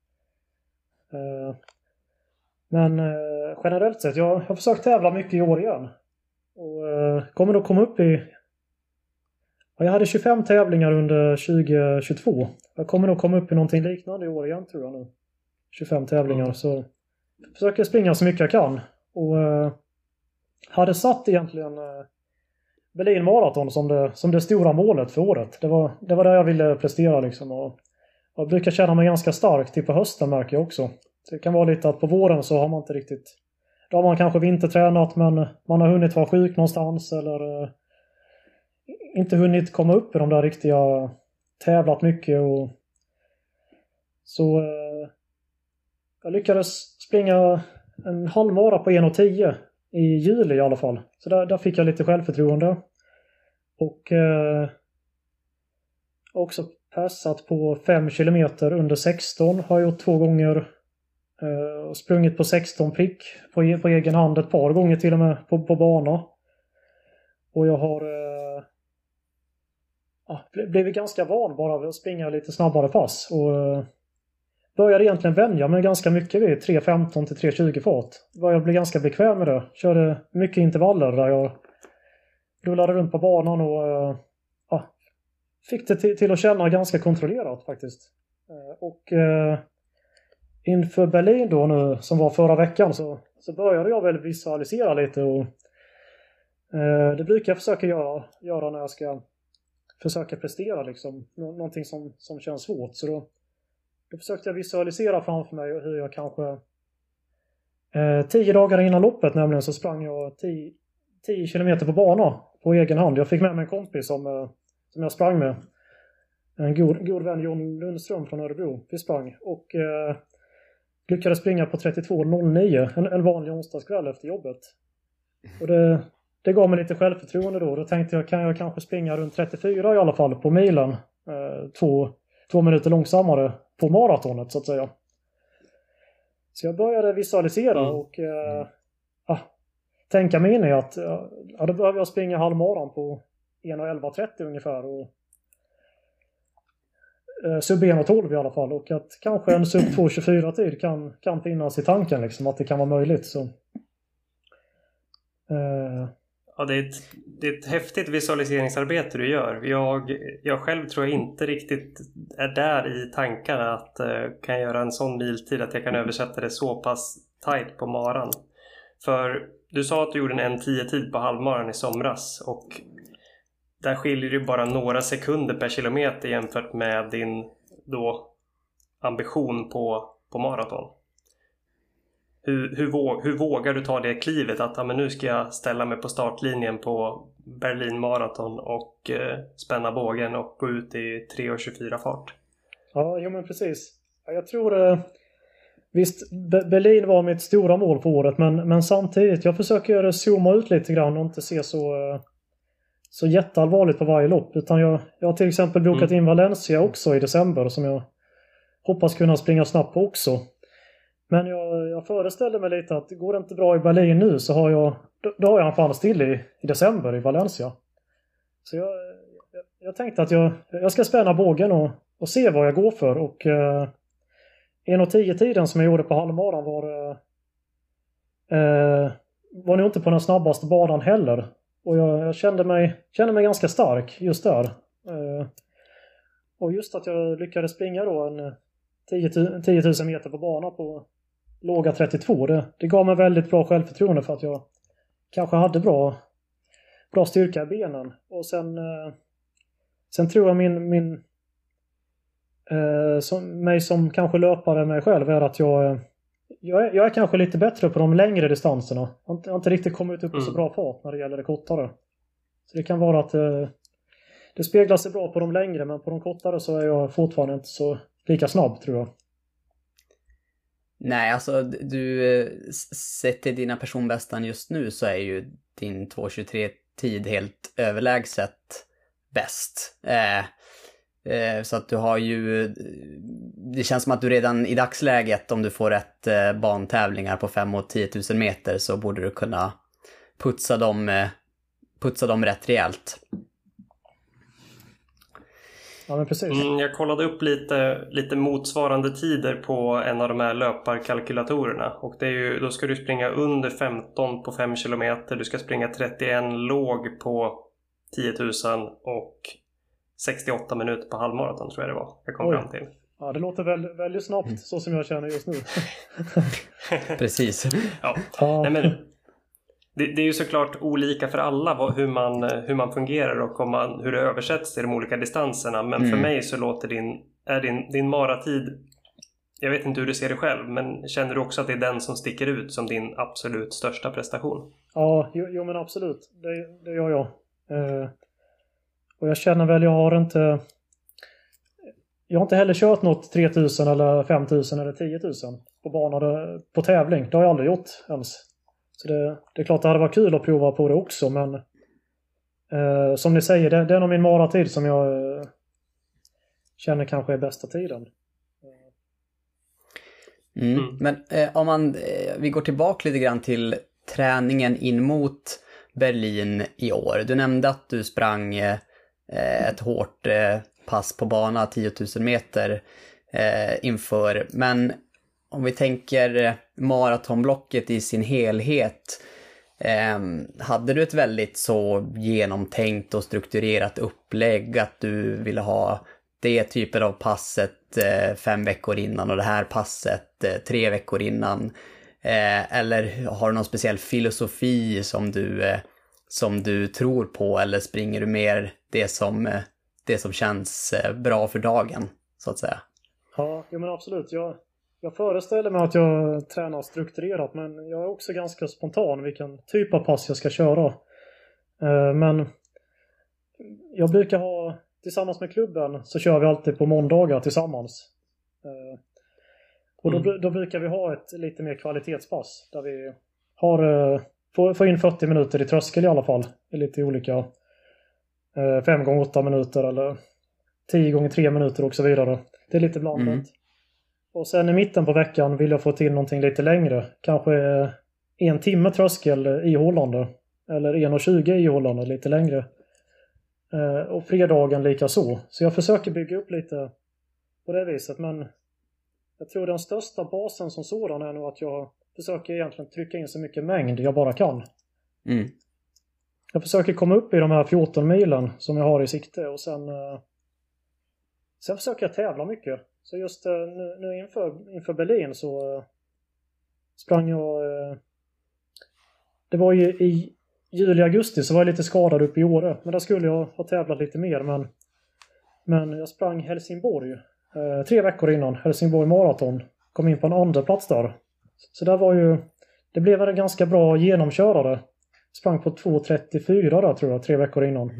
Men generellt sett, jag har försökt tävla mycket i år igen. Och kommer då komma upp i... Jag hade 25 tävlingar under 2022. Jag kommer nog komma upp i någonting liknande i år igen tror jag nu. 25 tävlingar. Så jag försöker springa så mycket jag kan. Och hade satt egentligen Berlin Marathon som det stora målet för året. Det var där jag ville prestera liksom. Och jag brukar känna mig ganska stark till på hösten märker jag också. Så det kan vara lite att på våren så har man inte riktigt... Då har man kanske vintertränat men man har hunnit vara sjuk någonstans eller inte hunnit komma upp i de där riktiga tävlat mycket. Och så jag lyckades springa en halvmara på 1:10 i juli i alla fall. Så där fick jag lite självförtroende. Och också passat på 5 kilometer under 16 har jag gjort 2 gånger. Och sprungit på 16 prick på egen hand ett par gånger till och med på bana. Och jag har blivit ganska van bara av att springa lite snabbare pass. Och började egentligen vänja mig ganska mycket vid 3.15 till 3.20 fart. Jag blev ganska bekväm med det. Körde mycket intervaller där jag rullade runt på banan och fick det till att känna ganska kontrollerat faktiskt. Och inför Berlin då nu, som var förra veckan, så började jag väl visualisera lite och det brukar jag försöka göra när jag ska försöka prestera liksom, någonting som känns svårt. Så då försökte jag visualisera framför mig hur jag kanske 10 dagar innan loppet nämligen så sprang jag 10 kilometer på bana på egen hand. Jag fick med mig en kompis som jag sprang med. En god vän, John Lundström från Örebro. Vi sprang och lyckades springa på 32.09 en vanlig onsdagskväll efter jobbet. Och det gav mig lite självförtroende då. Då tänkte jag, kan jag kanske springa runt 34 i alla fall på milen. 2 minuter långsammare på maratonet så att säga. Så jag började visualisera och tänka mig in i att då behöver jag springa halvmaran på 1.11.30 ungefär. Och sub 1.12 i alla fall. Och att kanske en sub 2.24 tid kan finnas i tanken liksom. Att det kan vara möjligt så... Ja, det är ett häftigt visualiseringsarbete du gör. Jag själv tror jag inte riktigt är där i tankarna att kan jag göra en sån miltid att jag kan översätta det så pass tight på maran. För du sa att du gjorde en 10-tid på halvmaran i somras och där skiljer det bara några sekunder per kilometer jämfört med din då ambition på maraton. Hur vågar du ta det klivet att men nu ska jag ställa mig på startlinjen på Berlin Marathon och spänna bågen och gå ut i 3.24 fart? Ja, jo men precis. Jag tror visst, Berlin var mitt stora mål på året, men samtidigt, jag försöker zooma ut lite grann och inte se så jätteallvarligt på varje lopp. Utan jag har till exempel bokat in Valencia också i december som jag hoppas kunna springa snabbt på också. Men jag föreställer mig lite att går det inte bra i Berlin nu så har jag en chans till i december i Valencia. Så jag tänkte att jag ska spänna bågen och se vad jag går för. Och 1:10-tiden som jag gjorde på halvmaran var nog inte på den snabbaste banan heller. Och jag kände mig ganska stark just där. Och just att jag lyckades springa då en 10 000 meter på bana på låga 32. Det gav mig väldigt bra självförtroende för att jag kanske hade bra styrka i benen. Och sen tror jag mig som kanske löpare mig själv är att jag är kanske lite bättre på de längre distanserna. Jag har inte riktigt kommit upp på så bra fart när det gäller det kortare. Så det kan vara att det speglar sig bra på de längre, men på de kortare så är jag fortfarande inte så lika snabb, tror jag. Nej, alltså du sett till dina personbästan just nu så är ju din 2:23-tid helt överlägset bäst. Så att du har ju, det känns som att du redan i dagsläget, om du får rätt bantävlingar på 5 och 10 000 meter, så borde du kunna putsa dem rätt rejält. Ja, men precis. Jag kollade upp lite motsvarande tider på en av de här löparkalkylatorerna. Och det är ju, då ska du springa under 15 på 5 kilometer. Du ska springa 31 låg på 10 000 och 68 minuter på halvmaraton, tror jag det var. Jag kom fram till. Ja, det låter väldigt snabbt så som jag känner just nu. Precis. Ja. Nej, men det är ju såklart olika för alla hur man fungerar och hur det översätts till de olika distanserna. Men för mig så låter din maratid, jag vet inte hur du ser det själv, men känner du också att det är den som sticker ut som din absolut största prestation? Ja, jo men absolut. Det gör jag. Och jag känner väl, jag har inte heller kört något 3000 eller 5000 eller 10 000 på banor på tävling. Det har jag aldrig gjort ens. Så det är klart det hade varit kul att prova på det också, men som ni säger, det är nog min maratid som jag känner kanske är bästa tiden. Men om vi går tillbaka lite grann till träningen in mot Berlin i år. Du nämnde att du sprang ett hårt pass på bana 10 000 meter inför, men om vi tänker maratonblocket i sin helhet, hade du ett väldigt så genomtänkt och strukturerat upplägg att du ville ha det typen av passet 5 veckor innan och det här passet 3 veckor innan? Eller har du någon speciell filosofi som du tror på, eller springer du mer det som känns bra för dagen, så att säga? Ja, men absolut. Jag föreställer mig att jag tränar strukturerat, men jag är också ganska spontan vilken typ av pass jag ska köra. Men jag brukar ha, tillsammans med klubben så kör vi alltid på måndagar tillsammans. Och då brukar vi ha ett lite mer kvalitetspass där vi får in 40 minuter i tröskel i alla fall. I lite olika 5x8 minuter eller 10x3 minuter och så vidare. Det är lite blandat. Och sen i mitten på veckan vill jag få till någonting lite längre. Kanske 1 timme tröskel ihållande. Eller 1:20 ihållande, lite längre. Och fredagen lika så. Så jag försöker bygga upp lite på det viset. Men jag tror den största basen som sådan är nog att jag försöker egentligen trycka in så mycket mängd jag bara kan. Jag försöker komma upp i de här 14 milen som jag har i sikte. Och sen försöker jag tävla mycket. Så just nu inför Berlin så sprang jag... Det var ju i juli-augusti så var jag lite skadad uppe i Åre. Men där skulle jag ha tävlat lite mer. Men jag sprang Helsingborg 3 veckor innan. Helsingborg maraton. Kom in på en andra plats där. Så där var ju... Det blev en ganska bra genomkörare. Sprang på 2:34 där tror jag, 3 veckor innan.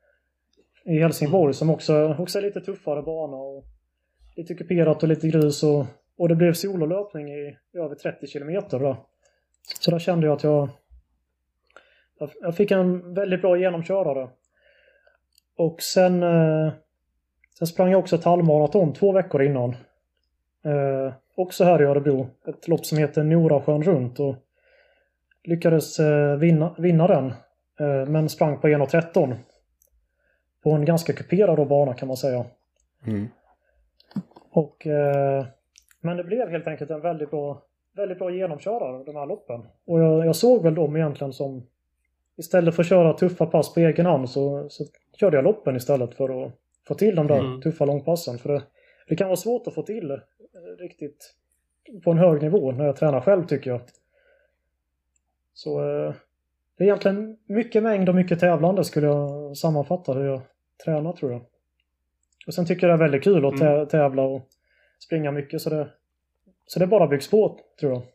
I Helsingborg som också är lite tuffare bana och lite kuperat och lite grus och Och det blev sololöpning i över 30 kilometer då. Så där kände jag att jag fick en väldigt bra genomkörare. Och sen sprang jag också ett halvmaraton 2 veckor innan. Också här i Örebro. Ett lopp som heter Norasjön runt. Och lyckades vinna den. Men sprang på 1.13. På en ganska kuperad bana kan man säga. Mm. Och, men det blev helt enkelt en väldigt bra genomkörare, de här loppen. Och jag såg väl dem egentligen som, istället för att köra tuffa pass på egen hand så körde jag loppen istället för att få till de där tuffa långpassen. För det kan vara svårt att få till riktigt på en hög nivå när jag tränar själv, tycker jag. Så det är egentligen mycket mängd och mycket tävlande, skulle jag sammanfatta hur jag tränar, tror jag. Och sen tycker jag det är väldigt kul att tävla och springa mycket, så det bara byggs på, tror jag.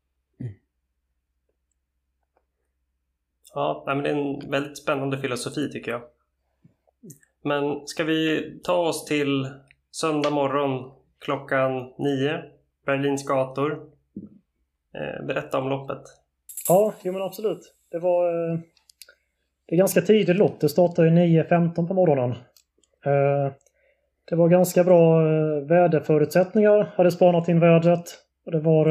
Ja, men det är en väldigt spännande filosofi, tycker jag. Men ska vi ta oss till söndag morgon klockan 9, Berlins gator. Berätta om loppet. Ja, jo men absolut. Det är ganska tidigt lopp. Det startade 9:15 på morgonen. Det var ganska bra väderförutsättningar. Hade spanat in vädret. Och det var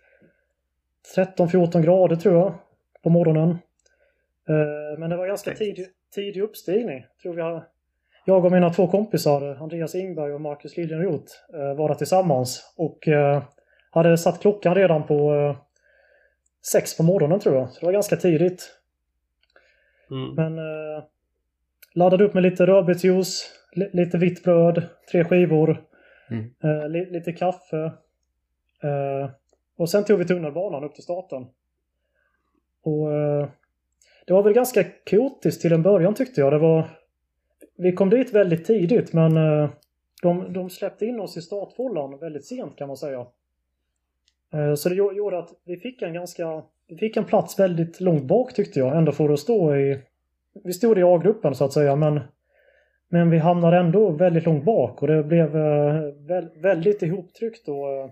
13-14 grader, tror jag, på morgonen. Men det var ganska tidig uppstigning. Jag och mina 2 kompisar, Andreas Ingberg och Marcus Liljenroth, var där tillsammans. Och hade satt klockan redan på 6 på morgonen, tror jag. Så det var ganska tidigt. Men laddade upp med lite rödbetsjuice, lite vitt bröd, 3 skivor, lite kaffe. Och sen tog vi tunnelbanan upp till starten. Och det var väl ganska kaotiskt till en början, tyckte jag. Vi kom dit väldigt tidigt, men de släppte in oss i startfållan väldigt sent, kan man säga. Så det gjorde att vi fick en plats väldigt långt bak, tyckte jag, ändå för att vi stod i A-gruppen, så att säga, men vi hamnade ändå väldigt långt bak, och det blev väldigt ihoptryckt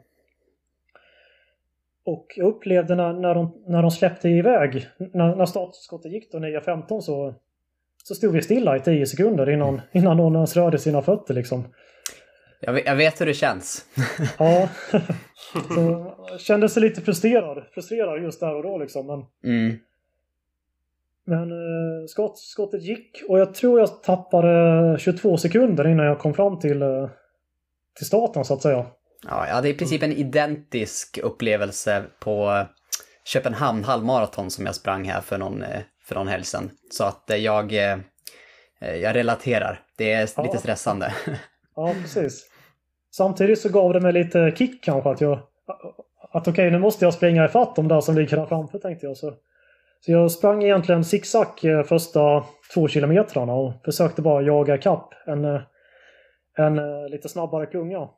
och jag upplevde när de släppte iväg, när startskottet gick då 9:15, så stod vi stilla i 10 sekunder innan någon ens rörde sina fötter, liksom. Jag vet hur det känns. Ja, så kände sig lite frustrerad just där och då, liksom. Men skottet gick, och jag tror jag tappade 22 sekunder innan jag kom fram till starten, så att säga. Ja, det är i princip en identisk upplevelse på Köpenhamn halvmaraton som jag sprang här för någon helg sedan. Så att jag relaterar. Det är lite stressande. Ja, precis. Samtidigt så gav det mig lite kick kanske, att okej, nu måste jag springa ifatt de där som ligger där framför, tänkte jag. Så jag sprang egentligen zigzag första 2 kilometrarna och försökte bara jaga kapp en lite snabbare klunga.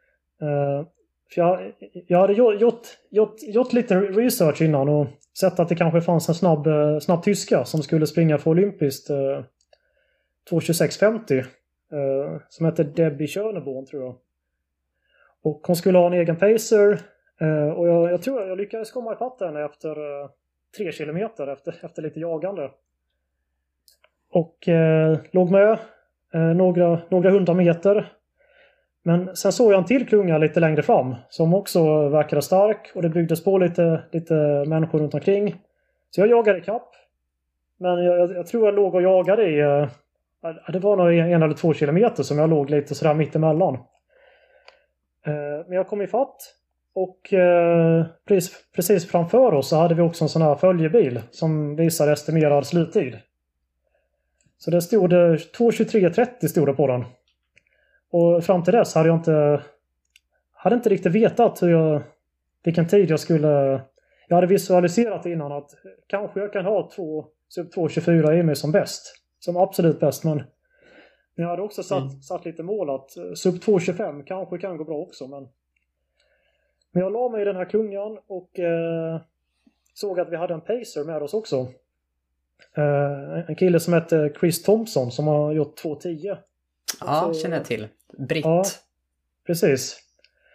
För jag hade gjort lite research innan och sett att det kanske fanns en snabb tyska som skulle springa för olympiskt 2:26:50, som heter Debbie Schöneborn, tror jag. Och hon skulle ha en egen pacer, och jag tror jag lyckades komma ifatt henne efter 3 kilometer efter lite jagande. Och låg med några 100 meter. Men sen såg jag en till klunga lite längre fram som också verkade stark, och det byggdes på lite människor runt omkring. Så jag jagade kapp. Men jag tror jag låg och jagade det var nog 1 eller 2 kilometer som jag låg lite sådär mittemellan. Men jag kom ifatt, och precis framför oss så hade vi också en sån här följebil som visade estimerad sluttid. Så det stod 2:23:30 stod det på den. Och fram till dess hade jag inte riktigt vetat vilken tid jag skulle. Jag hade visualiserat innan att kanske jag kan ha sub 2:24 i mig som bäst. Som absolut bäst, men jag hade också satt lite mål att sub 2:25 kanske kan gå bra också. Men jag la mig i den här klungan och såg att vi hade en pacer med oss också. En kille som heter Chris Thompson som har gjort 2:10. Ja, känner jag till. Britt. Ja, precis.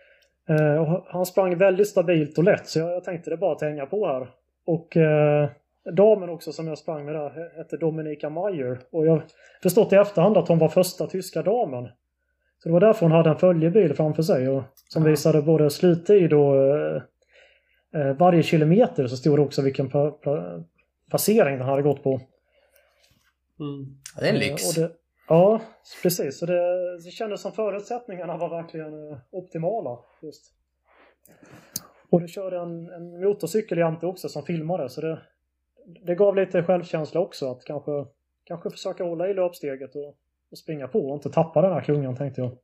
Och han sprang väldigt stabilt och lätt, så jag tänkte det bara att hänga på här. Och damen också som jag sprang med där hette Dominika Meyer. Och jag förstått i efterhand att hon var första tyska damen. Så det var därför hon hade en följebil framför sig. Och som visade både sluttid och varje kilometer, så stod det också vilken passering den hade gått på. Ja, det är en lyx. Ja, precis. Så det kändes som förutsättningarna var verkligen optimala. Just. Och det körde en motorcykel jämte också som filmade. Så det gav lite självkänsla också. Att kanske försöka hålla i löpsteget och springa på och inte tappa den här klungan, tänkte jag.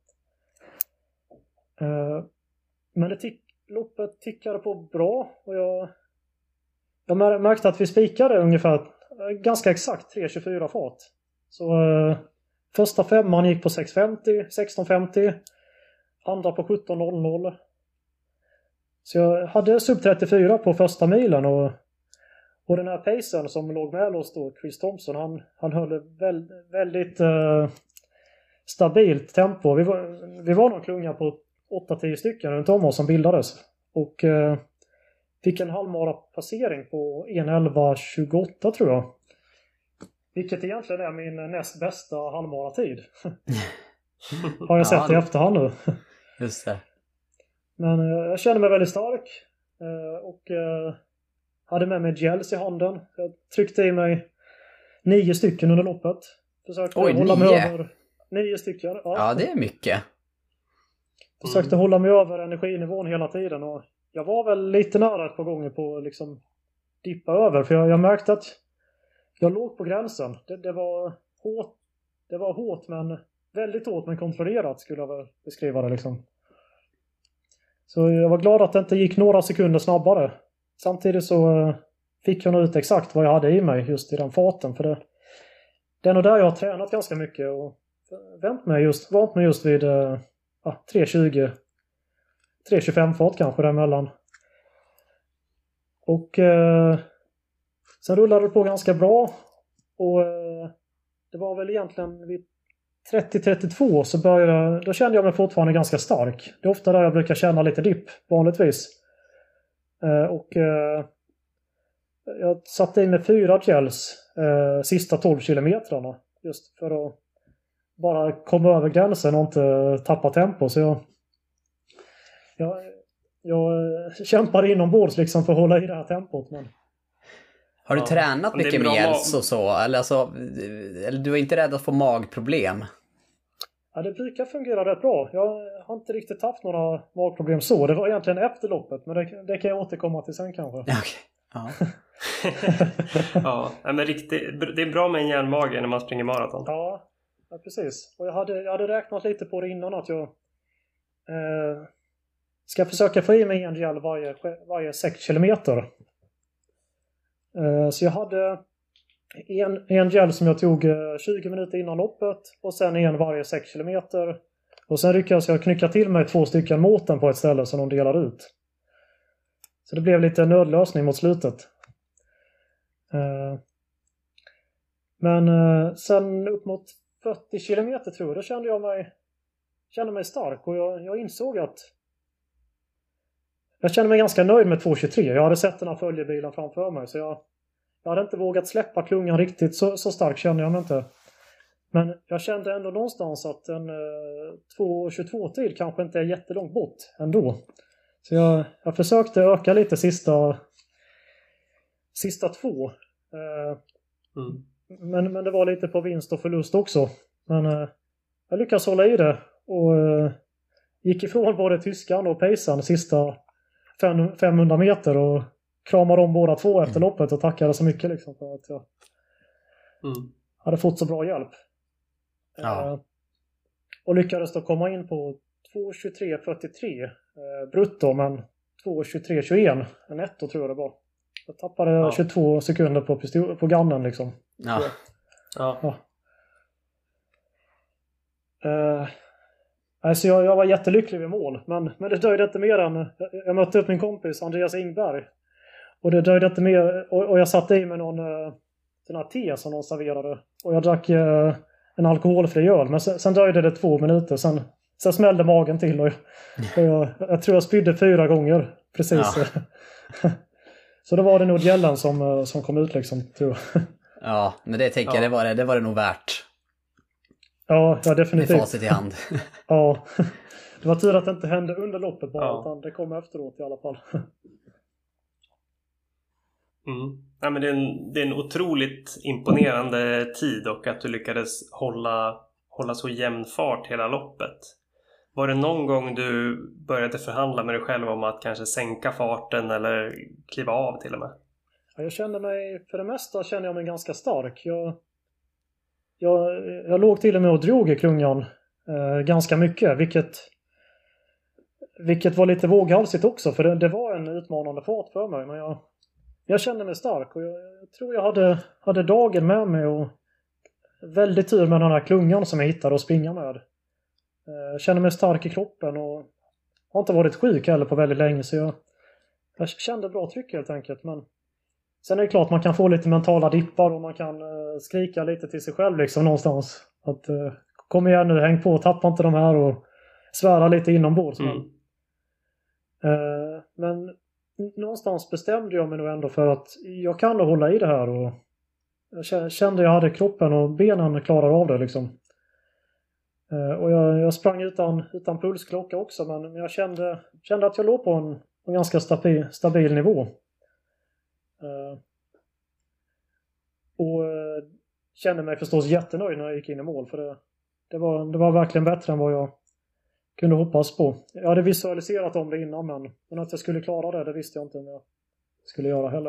Men loppet tickade på bra. Och jag märkte att vi spikade ungefär ganska exakt 3.24 fart. Så första femman gick på 16.50, andra på 17.00. Så jag hade sub 34 på första milen, och den här pacen som låg med oss då, Chris Thompson, han höll väldigt stabilt tempo. Vi var någon klunga på 8-10 stycken runt om oss som bildades. Och fick en halvmara passering på 1.11.28 tror jag. Vilket egentligen är min näst bästa halvmara-tid. Har jag sett i efterhand nu. Just det. Men jag kände mig väldigt stark. Och hade med mig gels i handen. Jag tryckte i mig 9 stycken under loppet. Försökte hålla mig över 9 stycken. Ja, det är mycket. Försökte hålla mig över energinivån hela tiden. Och jag var väl lite nära ett par gånger på liksom dippa över. För jag märkte att jag låg på gränsen. Det var hårt. Det var hårt, men väldigt hårt men kontrollerat skulle jag väl beskriva det liksom. Så jag var glad att det inte gick några sekunder snabbare. Samtidigt så fick jag nog ut exakt vad jag hade i mig just i den farten. För det är nog där jag har tränat ganska mycket och vant mig just vid 3.20, 3.25 fart kanske däremellan. Och sen rullade det på ganska bra. Och det var väl egentligen vid 30-32 så då kände jag mig fortfarande ganska stark. Det är ofta där jag brukar känna lite dipp vanligtvis. Och jag satte in med 4 gels sista 12 kilometrarna. Just för att bara komma över gränsen och inte tappa tempo. Så jag kämpar inombords liksom för att hålla i det här tempot. Men... Har du tränat mycket med gels och så? Eller du är inte rädd att få magproblem? Ja, det brukar fungera rätt bra. Jag har inte riktigt haft några magproblem så. Det var egentligen efter loppet, men det kan jag återkomma till sen kanske. Okay. Ja. Ja, men det är bra med en järnmage när man springer maraton. Ja, precis. Och jag hade räknat lite på det innan att jag ska försöka få i mig en gel varje 6 kilometer. Så jag hade en gel som jag tog 20 minuter innan loppet och sen en varje 6 kilometer. Och sen lyckades jag knycka till mig 2 stycken måten på ett ställe som de delade ut. Så det blev lite nödlösning mot slutet. Men sen upp mot 40 kilometer tror jag, då kände mig stark. Och jag insåg att jag kände mig ganska nöjd med 2.23. Jag hade sett den här följebilen framför mig, så jag hade inte vågat släppa klungan riktigt. Så stark kände jag mig inte. Men jag kände ändå någonstans att en 2.22-tid kanske inte är jättelångt bort ändå. Så jag försökte öka lite sista 2. Men det var lite på vinst och förlust också. Men jag lyckades hålla i det. Och gick ifrån både tyskan och pejsan sista 500 meter. Och kramade om båda två efter loppet och tackade så mycket liksom för att jag hade fått så bra hjälp. Ja. Och lyckades då komma in på 2.23.43 brutto, men 2.23.21 netto tror jag det var. Jag tappade 22 sekunder på gannen liksom. Ja. Alltså jag var jättelycklig vid mål, men det dröjde inte mer än jag mötte upp min kompis Andreas Ingberg. Och det dröjde inte mer, och jag satte i med någon sån här te som de serverade. Och jag drack en alkoholfri öl, men sen dröjde det 2 minuter. Sen sen smällde magen till och jag tror jag spydde 4 gånger. Precis. Ja. Så då var det nog gällen som kom ut liksom, tror jag. Ja, men det tänker jag, det var det nog värt. Ja, definitivt. Med facit i hand. Ja, det var tur att det inte hände under loppet bara, utan det kom efteråt i alla fall. Ja, men det är en otroligt imponerande tid, och att du lyckades hålla så jämn fart hela loppet. Var det någon gång du började förhandla med dig själv om att kanske sänka farten eller kliva av till och med? Ja, jag kände mig, för det mesta kände jag mig ganska stark. Jag låg till och med och drog i klungan ganska mycket, vilket var lite våghalsigt också, för det var en utmanande fart för mig, men jag kände mig stark, och jag tror jag hade dagen med mig och väldigt tur med den här klungan som jag hittade att springa med. Jag kände mig stark i kroppen och har inte varit sjuk heller på väldigt länge, så jag kände bra tryck helt enkelt. Men sen är det klart man kan få lite mentala dippar och man kan skrika lite till sig själv liksom någonstans. Att kom igen nu, häng på, tappa inte de här, och svära lite inombords. Men någonstans bestämde jag mig nog ändå för att jag kan nog hålla i det här, och jag kände jag hade kroppen och benen klarar av det liksom. Och jag sprang utan pulsklocka också, men jag kände att jag låg på en ganska stabil nivå. Och kände mig förstås jättenöjd när jag gick in i mål, för det var verkligen bättre än vad jag kunde hoppas på. Jag hade visualiserat om det innan, men att jag skulle klara det visste jag inte om jag skulle göra heller.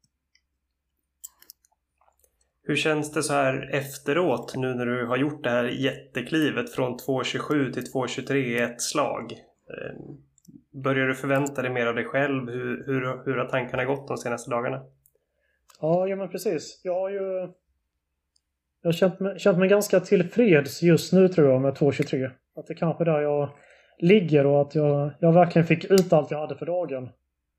Hur känns det så här efteråt, nu när du har gjort det här jätteklivet från 2.27 till 2.23 i ett slag? Börjar du förvänta dig mer av dig själv? Hur har tankarna gått de senaste dagarna? Ja, men precis. Jag har känt mig ganska tillfreds just nu, tror jag, med 2.23. Att det kanske är där jag ligger, och att jag verkligen fick ut allt jag hade för dagen.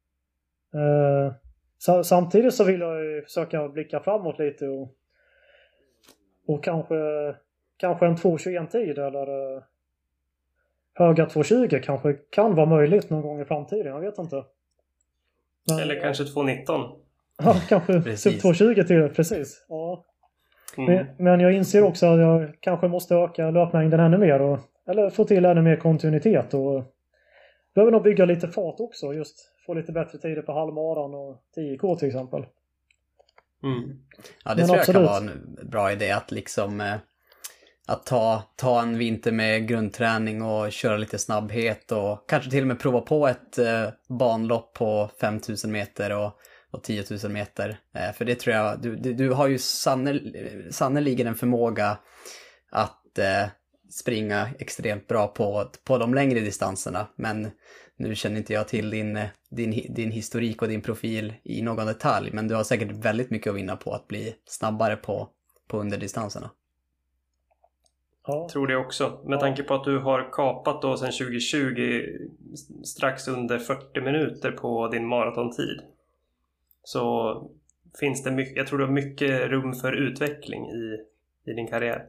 Samtidigt så vill jag försöka blicka framåt lite, och kanske en 2.21 tid eller höga 2.20 kanske kan vara möjligt någon gång i framtiden, jag vet inte. Men, eller kanske 2.19. Ja, kanske 2.20 till, precis. Ja. Men jag inser också att jag kanske måste öka löpmängden ännu mer, eller få till ännu mer kontinuitet, och behöver nog bygga lite fart också, just få lite bättre tider på halvmaran och 10K till exempel. Ja, det tror jag kan vara en bra idé, att liksom att ta en vinter med grundträning och köra lite snabbhet, och kanske till och med prova på ett banlopp på 5000 meter och 10 000 meter. För det tror jag, du har ju sannoliken en förmåga att springa extremt bra på de längre distanserna. Men nu känner inte jag till din historik och din profil i någon detalj. Men du har säkert väldigt mycket att vinna på att bli snabbare på underdistanserna. Jag tror det också. Med tanke på att du har kapat då sedan 2020 strax under 40 minuter på din maratontid, så finns det mycket, jag tror du har mycket rum för utveckling i din karriär.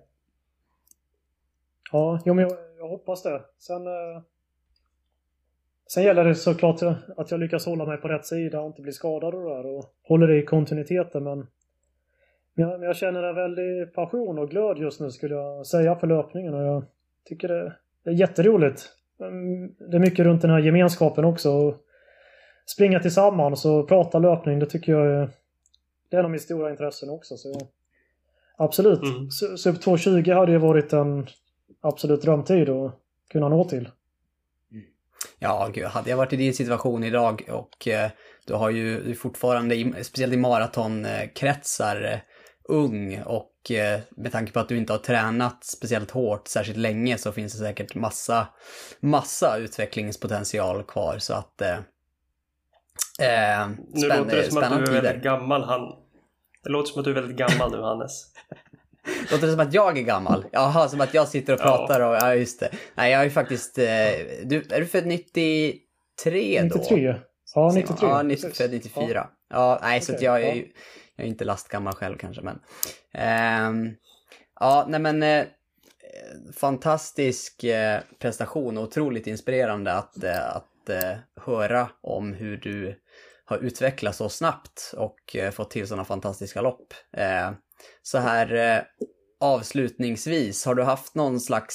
Ja, men jag hoppas det. Sen gäller det såklart att jag lyckas hålla mig på rätt sida och inte bli skadad och håller i kontinuiteten. Men jag känner en väldig passion och glöd just nu, skulle jag säga, för löpningen. Och jag tycker det är jätteroligt. Det är mycket runt den här gemenskapen också. Springa tillsammans och prata löpning, det tycker jag det är en av mina stora intressen också. Så absolut. Sub 2.20 hade ju varit en absolut drömtid att kunna nå till. Ja, gud, hade jag varit i din situation idag, och du har ju fortfarande, speciellt i maratonkretsar, ung, och med tanke på att du inte har tränat speciellt hårt särskilt länge, så finns det säkert massa utvecklingspotential kvar, så att nu låter det som att du är väldigt gammal. Det låter som att du är väldigt gammal nu, Hannes. Låter det som att jag är gammal? Jaha, som att jag sitter och pratar och... Ja, just det. Nej, jag är ju faktiskt... är du född 93 då? 93. Ja, 93. Ja, född 94. Ja, nej, så att jag är inte lastgammal själv kanske, men... ja, nej men... fantastisk prestation och otroligt inspirerande att höra om hur du har utvecklats så snabbt och fått till sådana fantastiska lopp. Så här avslutningsvis, har du haft någon slags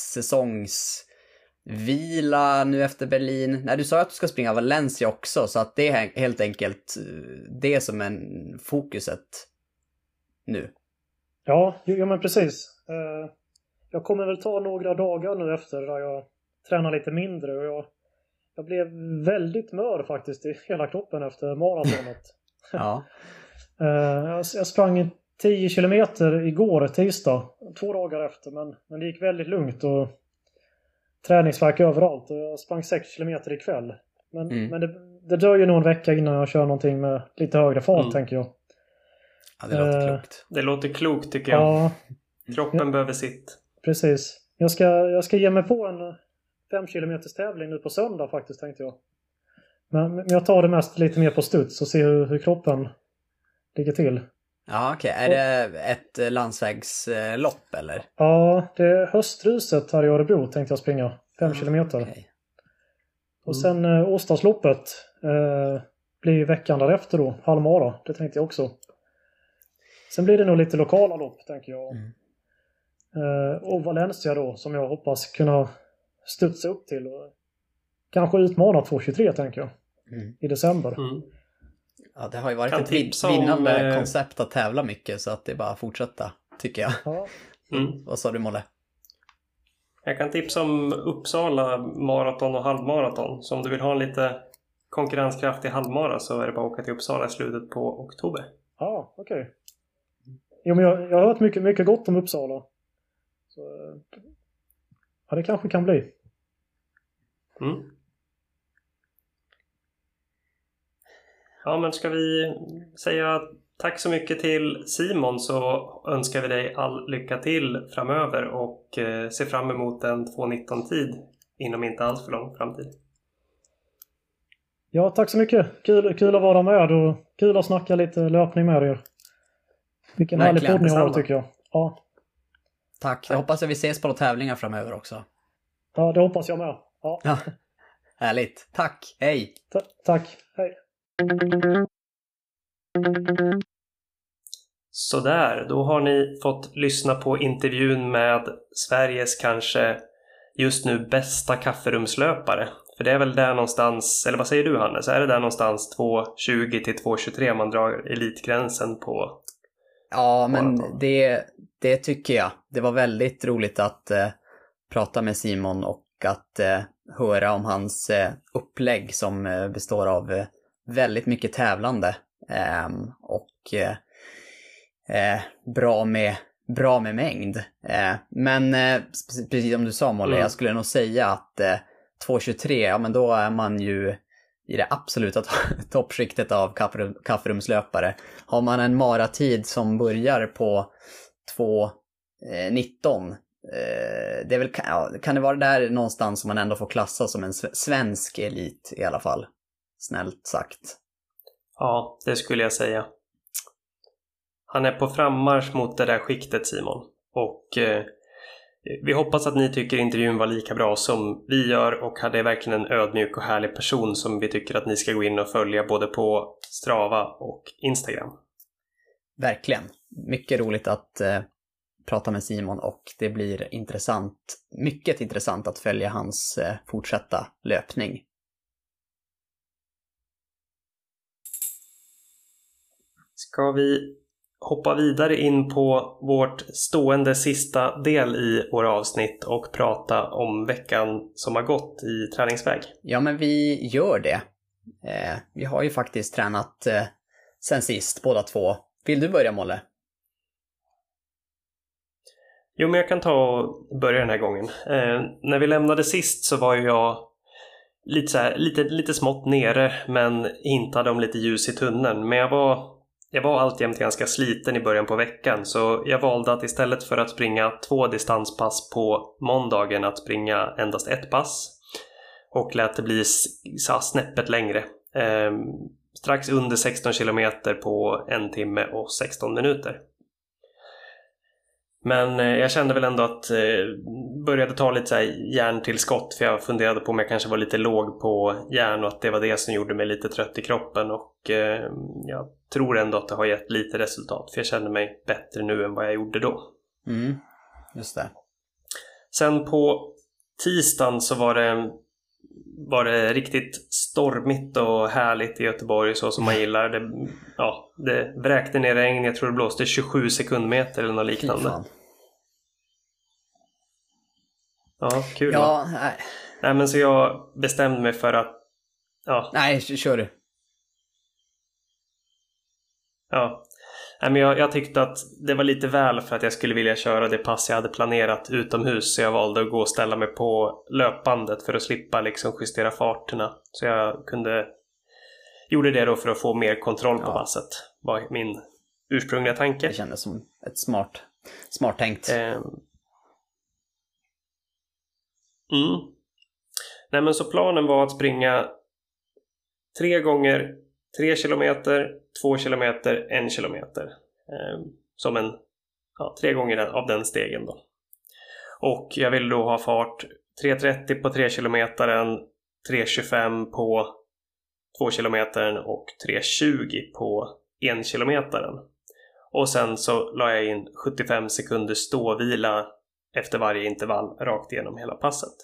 säsongsvila nu efter Berlin? Nej, du sa att du ska springa Valencia också, så att det är helt enkelt det som är fokuset nu. Ja, men precis. Jag kommer väl ta några dagar nu efter där jag tränar lite mindre, och jag blev väldigt mör faktiskt i hela kroppen efter maratonet. Ja. Jag sprang 10 kilometer igår, tisdag, 2 dagar efter, men det gick väldigt lugnt och träningsvärk överallt, och jag sprang 6 kilometer ikväll. Men det dröjer nog en vecka innan jag kör någonting med lite högre fart, tänker jag. Ja, det låter klokt. Det låter klokt, tycker jag. Ja, Kroppen behöver sitt. Precis. Jag ska ge mig på en 5 kilometers tävling nu på söndag faktiskt, tänkte jag. Men jag tar det mest lite mer på studs och ser hur kroppen ligger till. Ja, okej. Är det ett landsvägslopp eller? Ja, det är höstruset här i Örebro, tänkte jag springa. 5 kilometer. Okay. Och sen Åstadsloppet blir veckan därefter då, halvmara. Det tänkte jag också. Sen blir det nog lite lokala lopp, tänker jag. Och Valencia då, som jag hoppas kunna studsa upp till och kanske utmana 2.23, tänker jag, i december. Ja, det har ju varit ett vinnande koncept att tävla mycket, så att det är bara att fortsätta, tycker jag. Ja. Vad sa du, Molle? Jag kan tipsa om Uppsala maraton och halvmaraton. Så om du vill ha en lite konkurrenskraftig halvmara, så är det bara att åka till Uppsala i slutet på oktober. Ja, okej. Jo, men jag har hört mycket gott om Uppsala. Så, ja, det kanske kan bli. Ja, men ska vi säga tack så mycket till Simon, så önskar vi dig all lycka till framöver och se fram emot en 2.19-tid inom inte alls för lång framtid. Ja, tack så mycket. Kul att vara med och kul att snacka lite löpning med er. Vilken härlig podd ni har, tycker jag. Ja. Tack. Jag hoppas att vi ses på några tävlingar framöver också. Ja, det hoppas jag med. Ja. Härligt. Tack. Hej. Tack. Hej. Sådär, då har ni fått lyssna på intervjun med Sveriges kanske just nu bästa kafferumslöpare. För det är väl där någonstans, eller vad säger du, Hannes? Är det där någonstans 2.20 till 2.23 man drar elitgränsen på? Ja, men det tycker jag. Det var väldigt roligt att prata med Simon och att höra om hans upplägg som består av väldigt mycket tävlande och bra med mängd. Men precis som du sa, Molle, jag skulle nog säga att 2.23, ja, men då är man ju i det absoluta toppskiktet av kafferumslöpare. Har man en maratid som börjar på 2.19, det är väl, kan det vara där någonstans som man ändå får klassa som en svensk elit i alla fall, snällt sagt. Ja, det skulle jag säga. Han är på frammarsch mot det där skiktet, Simon. Och vi hoppas att ni tycker intervjun var lika bra som vi gör, och hade verkligen en ödmjuk och härlig person som vi tycker att ni ska gå in och följa både på Strava och Instagram. Verkligen. Mycket roligt att prata med Simon, och det blir mycket intressant att följa hans fortsatta löpning. Ska vi hoppa vidare in på vårt stående sista del i våra avsnitt och prata om veckan som har gått i träningsväg? Ja, men vi gör det. Vi har ju faktiskt tränat sen sist, båda två. Vill du börja, Molle? Jo, men jag kan ta och börja den här gången. När vi lämnade sist så var ju jag lite smått nere, men hintade om lite ljus i tunneln. Men jag var alltjämt ganska sliten i början på veckan, så jag valde att istället för att springa 2 distanspass på måndagen att springa endast 1 pass, och lät det bli snäppet längre. Strax under 16 kilometer på 1 timme och 16 minuter. Men jag kände väl ändå att började ta lite så här järntillskott, för jag funderade på om jag kanske var lite låg på järn och att det var det som gjorde mig lite trött i kroppen, och jag tror ändå att det har gett lite resultat, för jag känner mig bättre nu än vad jag gjorde då. Just det. Sen på tisdagen så var det riktigt stormigt och härligt i Göteborg, så som man gillar. Det vräkte ner regn, jag tror det blåste 27 sekundmeter eller något liknande. Ja, kul. Ja, nej, men så jag bestämde mig för att... Ja. Nej, kör du. Ja. Nej, men jag tyckte att det var lite väl för att jag skulle vilja köra det pass jag hade planerat utomhus, så jag valde att gå och ställa mig på löpbandet för att slippa liksom justera farterna. Så jag gjorde det då för att få mer kontroll på passet, var min ursprungliga tanke. Det kändes som ett smart tänkt. Nej, men så planen var att springa 3 gånger 3 kilometer, 2 kilometer, 1 kilometer. Som 3 gånger av den stegen då. Och jag ville då ha fart 3.30 på 3 kilometern, 3.25 på 2 kilometern och 3.20 på 1 kilometern. Och sen så la jag in 75 sekunder ståvila efter varje intervall rakt igenom hela passet.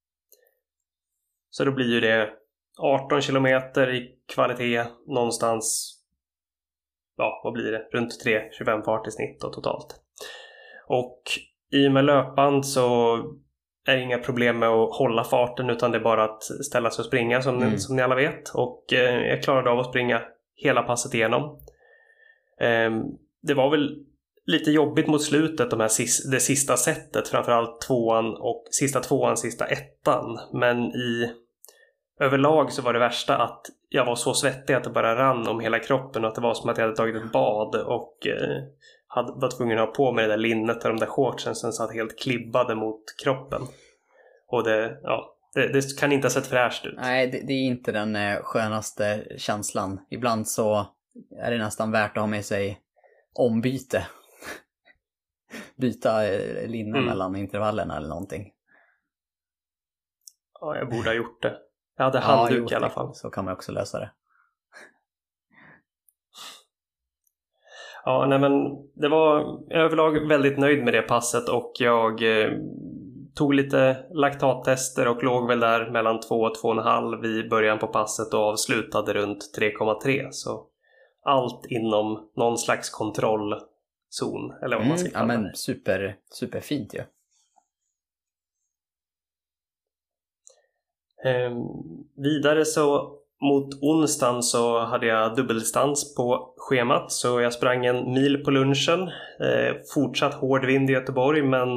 Så då blir ju det 18 kilometer i kvalitet någonstans, vad blir det? Runt 3.25 fart i snitt då, totalt. Och i och med löpband så är det inga problem med att hålla farten, utan det är bara att ställa sig och springa som ni alla vet. Och jag klarade av att springa hela passet igenom. Det var väl lite jobbigt mot slutet, det sista sättet, framförallt sista ettan. Men överlag så var det värsta att jag var så svettig att det bara rann om hela kroppen, och att det var som att jag hade tagit ett bad och var tvungen att ha på mig det där linnet och de där shortsen som satt helt klibbade mot kroppen. Och det kan inte ha sett fräscht ut. Nej, det är inte den skönaste känslan. Ibland så är det nästan värt att ha med sig ombyte. Byta linne mellan intervallerna eller någonting. Ja, jag borde ha gjort det. Jag hade handduk i alla fall. Så kan man också lösa det. Ja, nej, men det var överlag väldigt nöjd med det passet, och jag tog lite laktattester och låg väl där mellan 2 och 2,5 i början på passet och avslutade runt 3,3. Så allt inom någon slags kontrollzon, eller vad man ska kalla det. Ja, men superfint ju. Vidare så mot onsdagen så hade jag dubbeldistans på schemat, så jag sprang 1 mil på lunchen. Fortsatt hård vind i Göteborg, men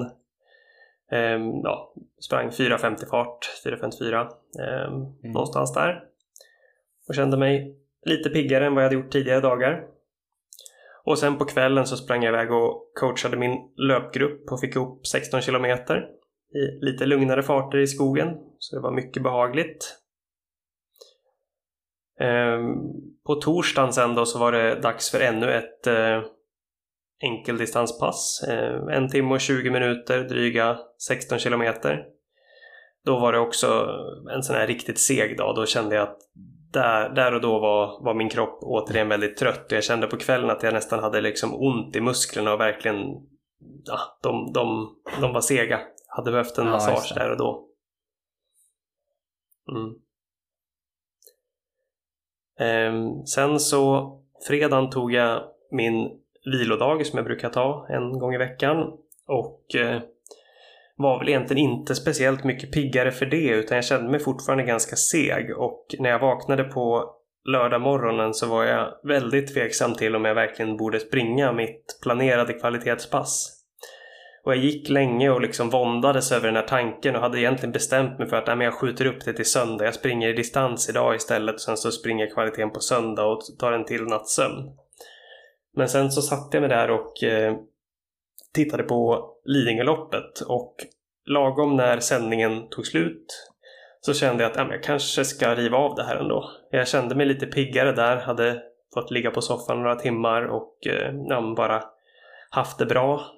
sprang 4.50 fart, 4.54 någonstans där, och kände mig lite piggare än vad jag hade gjort tidigare dagar. Och sen på kvällen så sprang jag iväg och coachade min löpgrupp och fick ihop 16 kilometer i lite lugnare farter i skogen, så det var mycket behagligt. På torsdagen sen då så var det dags för ännu ett enkeldistanspass, 1 timme och 20 minuter, dryga 16 kilometer. Då var det också en sån här riktigt seg dag. Då kände jag att där och då var min kropp återigen väldigt trött, och jag kände på kvällen att jag nästan hade liksom ont i musklerna, och verkligen de var sega. Hade behövt en massage där och då. Sen så fredagen tog jag min vilodag som jag brukar ta 1 gång i veckan, och var väl egentligen inte speciellt mycket piggare för det, utan jag kände mig fortfarande ganska seg. Och när jag vaknade på lördag morgonen så var jag väldigt tveksam till om jag verkligen borde springa mitt planerade kvalitetspass. Och jag gick länge och liksom våndades över den här tanken, och hade egentligen bestämt mig för att jag skjuter upp det till söndag. Jag springer i distans idag istället, och sen så springer jag kvaliteten på söndag och tar en till nattsömn. Men sen så satt jag mig där och tittade på Lidingöloppet, och lagom när sändningen tog slut så kände jag att jag kanske ska riva av det här ändå. Jag kände mig lite piggare där, hade fått ligga på soffan några timmar och bara haft det bra.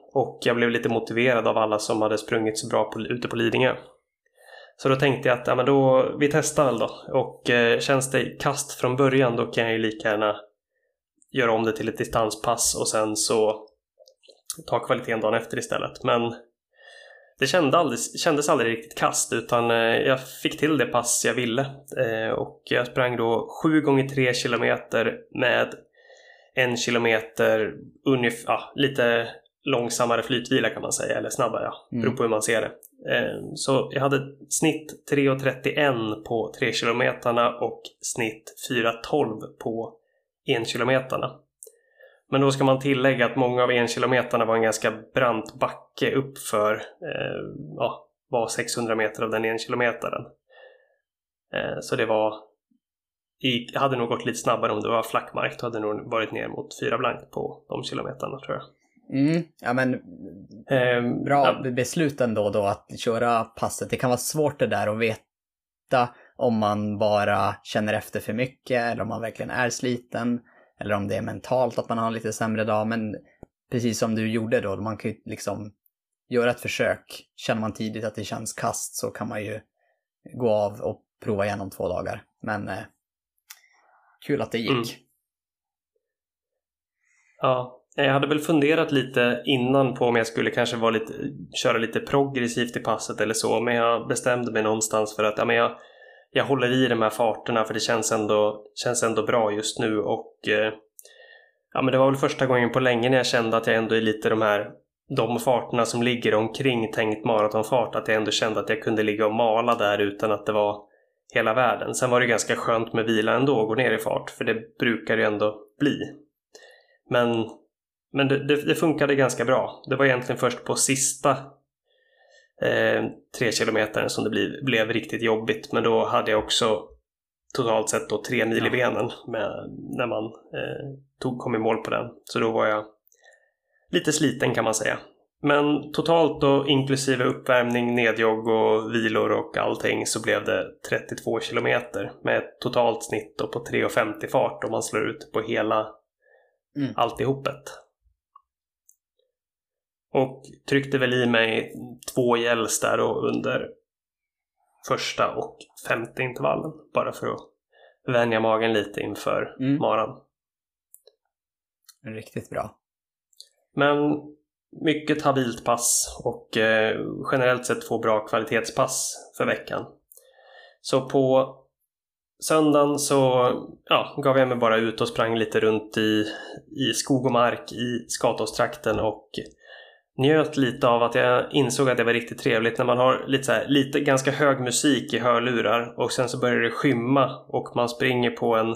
Och jag blev lite motiverad av alla som hade sprungit så bra ute på Lidingö. Så då tänkte jag att vi testar väl då. Och känns det kast från början, då kan jag ju lika gärna göra om det till ett distanspass och sen så ta kvaliteten dagen efter istället. Men det kändes aldrig riktigt kast, utan jag fick till det pass jag ville. Och jag sprang då 7 gånger 3 kilometer med 1 kilometer ungefär, lite långsammare flytvila kan man säga, eller snabbare, beror på hur man ser det. Så jag hade snitt 3.31 på 3 kilometerna och snitt 4.12 på 1 kilometerna. Men då ska man tillägga att många av 1 kilometerna var en ganska brant backe uppför var 600 meter av den 1 kilometern. Så det var jag hade nog gått lite snabbare om det var flackmark. Då hade det nog varit ner mot 4 blankt på de kilometerna, tror jag. Ja, men bra beslut ändå då att köra passet. Det kan vara svårt det där att veta om man bara känner efter för mycket eller om man verkligen är sliten eller om det är mentalt att man har en lite sämre dag. Men precis som du gjorde då, man kan ju liksom göra ett försök. Känner man tidigt att det känns kast så kan man ju gå av och prova igen om 2 dagar. Men kul att det gick. Ja. Jag hade väl funderat lite innan på om jag skulle kanske köra lite progressivt i passet eller så. Men jag bestämde mig någonstans för att jag håller i de här farterna, för det känns ändå bra just nu. Och men det var väl första gången på länge när jag kände att jag ändå är lite de farterna som ligger omkring tänkt maratonfart. Att jag ändå kände att jag kunde ligga och mala där utan att det var hela världen. Sen var det ganska skönt med vila ändå och gå ner i fart, för det brukar ju ändå bli. Men det funkade ganska bra. Det var egentligen först på sista 3 kilometer som det blev riktigt jobbigt. Men då hade jag också totalt sett då 3 mil i benen när man kom i mål på den. Så då var jag lite sliten kan man säga. Men totalt då, inklusive uppvärmning, nedjogg och vilor och allting, så blev det 32 kilometer med ett totalt snitt då på 3,50 fart om man slår ut på hela alltihopet. Och tryckte väl i mig 2 gälls där och under första och 5:e intervallen, bara för att vänja magen lite inför maran. Riktigt bra. Men mycket habilt pass och generellt sett 2 bra kvalitetspass för veckan. Så på söndagen så gav jag mig bara ut och sprang lite runt i skog och mark i Skatåstrakten och njöt lite av att jag insåg att det var riktigt trevligt när man har lite ganska hög musik i hörlurar och sen så börjar det skymma och man springer på en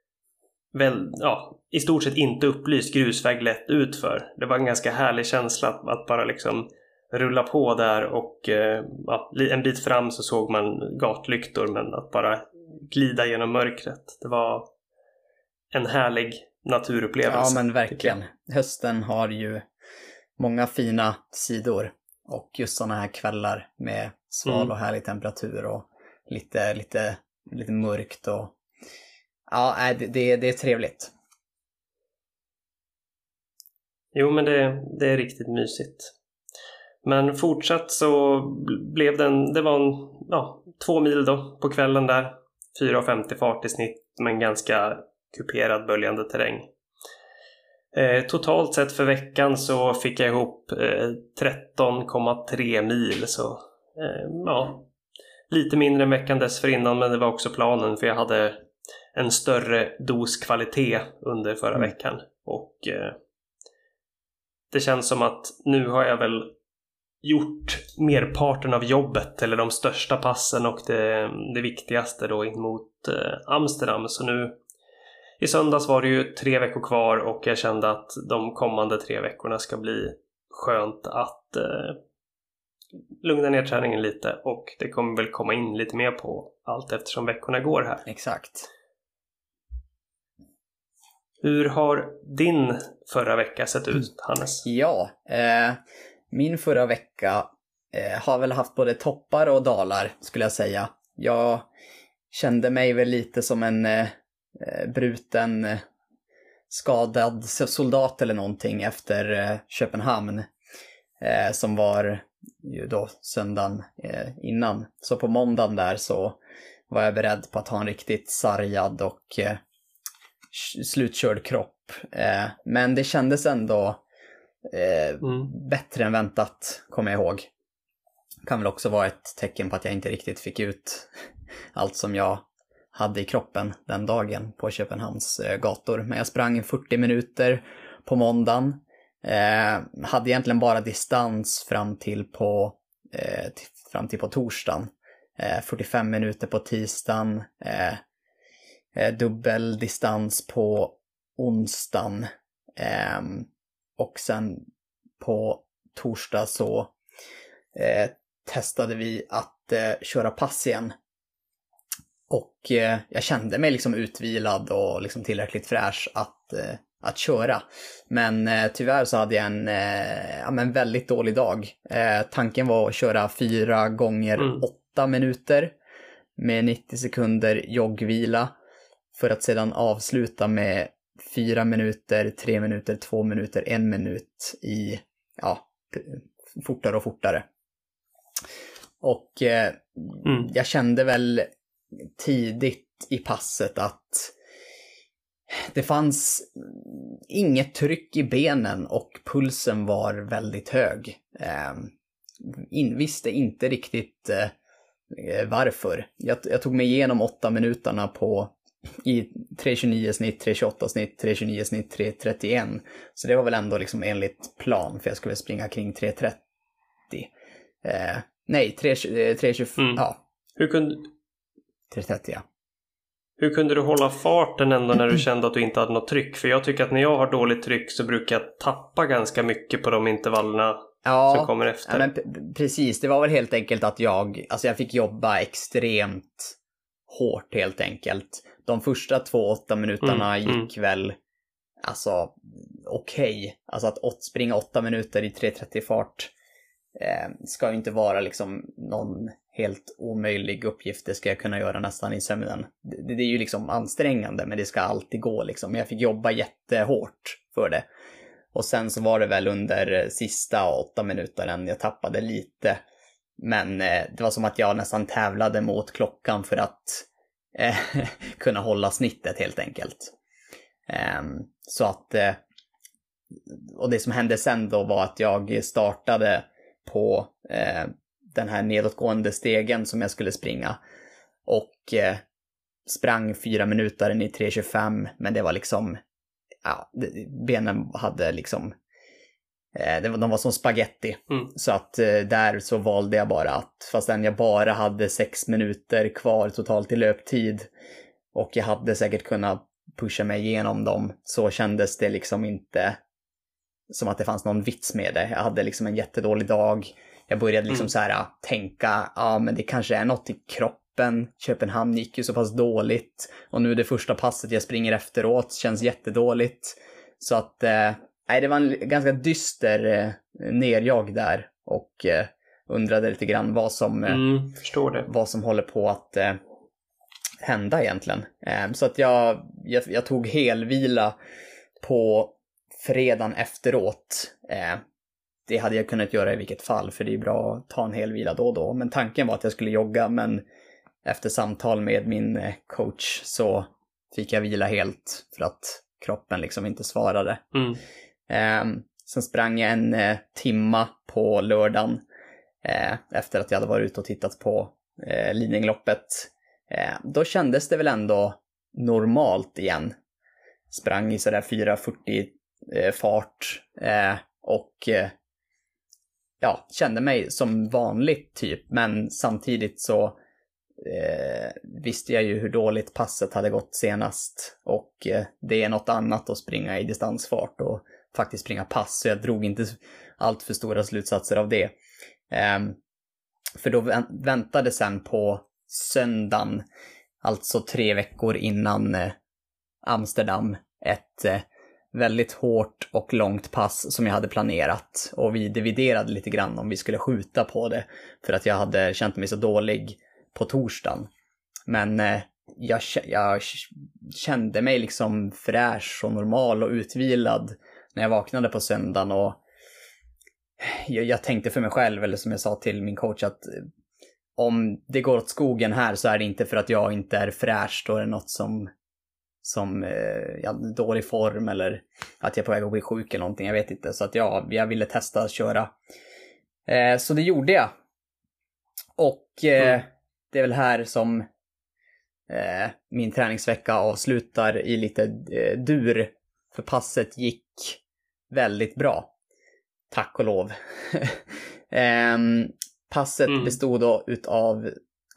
i stort sett inte upplyst grusväg lätt utför. Det var en ganska härlig känsla att bara liksom rulla på där och en bit fram så såg man gatlyktor, men att bara glida genom mörkret. Det var en härlig naturupplevelse. Ja, men verkligen. Hösten har ju många fina sidor och just sådana här kvällar med sval och härlig temperatur och lite mörkt och det är trevligt. Jo, men det är riktigt mysigt. Men fortsatt så blev det var 2 mil då på kvällen där. 4,50 fart i snitt, men ganska kuperad böljande terräng. Totalt sett för veckan så fick jag ihop 13,3 mil. Så lite mindre än veckan dessförinnan, men det var också planen, för jag hade en större dos kvalitet under förra veckan. Och det känns som att nu har jag väl gjort merparten av jobbet, eller de största passen och det viktigaste då in mot Amsterdam. Så nu i söndags var det ju 3 veckor kvar och jag kände att de kommande 3 veckorna ska bli skönt att lugna ner träningen lite, och det kommer väl komma in lite mer på allt eftersom veckorna går här. Exakt. Hur har din förra vecka sett ut, Hannes? Ja, min förra vecka har väl haft både toppar och dalar, skulle jag säga. Jag kände mig väl lite som en bruten, skadad soldat eller någonting efter Köpenhamn. som var ju då söndagen innan. Så på måndagen där så var jag beredd på att ha en riktigt sargad och slutkörd kropp. Men det kändes ändå bättre än väntat, kommer jag ihåg. Kan väl också vara ett tecken på att jag inte riktigt fick ut allt som jag hade i kroppen den dagen på Köpenhamns gator. Men jag sprang 40 minuter på måndagen. Hade egentligen bara distans fram till på torsdagen. 45 minuter på tisdagen. Dubbel distans på onsdagen. Och sen på torsdag så testade vi att köra pass igen. Och jag kände mig liksom utvilad och liksom tillräckligt fräsch att köra. Men tyvärr så hade jag en väldigt dålig dag. Tanken var att köra 4 gånger 8 minuter med 90 sekunder joggvila. För att sedan avsluta med 4 minuter, 3 minuter, 2 minuter, 1 minut i fortare och fortare. Och jag kände väl tidigt i passet att det fanns inget tryck i benen och pulsen var väldigt hög. Visste inte riktigt varför. Jag tog mig igenom 8 minuterna i 3.29 snitt, 3.28 snitt, 3.29 snitt, 3.31. Så det var väl ändå liksom enligt plan, för jag skulle springa kring 3.30. Nej, 3.25. Ja. 3.30, ja. Hur kunde du hålla farten ändå när du kände att du inte hade något tryck? För jag tycker att när jag har dåligt tryck så brukar jag tappa ganska mycket på de intervallerna som kommer efter. Ja, men precis. Det var väl helt enkelt att jag fick jobba extremt hårt helt enkelt. De första 2-8 minuterna gick väl okej. Alltså att springa 8 minuter i 3.30 fart ska ju inte vara liksom någon helt omöjlig uppgift. Det ska jag kunna göra nästan i sömnen. Det är ju liksom ansträngande, men det ska alltid gå liksom. Jag fick jobba jättehårt för det. Och sen så var det väl under sista 8 minuterna jag tappade lite. Men det var som att jag nästan tävlade mot klockan för att kunna hålla snittet helt enkelt. Så att och det som hände sen då var att jag startade på den här nedåtgående stegen som jag skulle springa och sprang 4 minuter i 3.25, men det var liksom benen hade liksom de var som spaghetti. Så att där så valde jag bara att, fastän jag bara hade 6 minuter kvar totalt i löptid och jag hade säkert kunnat pusha mig igenom dem, så kändes det liksom inte som att det fanns någon vits med det. Jag hade liksom en jättedålig dag. Jag började liksom så här tänka, men det kanske är något i kroppen. Köpenhamn gick ju så pass dåligt och nu det första passet jag springer efteråt känns jättedåligt. Så att det var en ganska dyster nerjag där och undrade lite grann vad som håller på att hända egentligen. Så att jag tog helvila på fredagen efteråt. Det hade jag kunnat göra i vilket fall, för det är bra att ta en helvila då och då. Men tanken var att jag skulle jogga, men efter samtal med min coach så fick jag vila helt för att kroppen liksom inte svarade. Sen sprang jag en timma på lördagen efter att jag hade varit ute och tittat på Lidingöloppet. Då kändes det väl ändå normalt igen. Sprang i sådär 4.40 fart och kände mig som vanligt typ, men samtidigt så visste jag ju hur dåligt passet hade gått senast och det är något annat att springa i distansfart och faktiskt springa pass, så jag drog inte allt för stora slutsatser av det. För då väntade sen på söndagen, alltså 3 veckor innan Amsterdam, ett väldigt hårt och långt pass som jag hade planerat, och vi dividerade lite grann om vi skulle skjuta på det för att jag hade känt mig så dålig på torsdagen. Men jag kände mig liksom fräsch och normal och utvilad när jag vaknade på söndagen, och jag tänkte för mig själv, eller som jag sa till min coach, att om det går åt skogen här så är det inte för att jag inte är fräsch, då är det något som dålig form eller att jag är på väg att bli sjuk eller någonting, jag vet inte. Så att jag ville testa att köra. Så det gjorde jag. Och det är väl här som min träningsvecka avslutar i lite dur. För passet gick väldigt bra. Tack och lov. Passet bestod då utav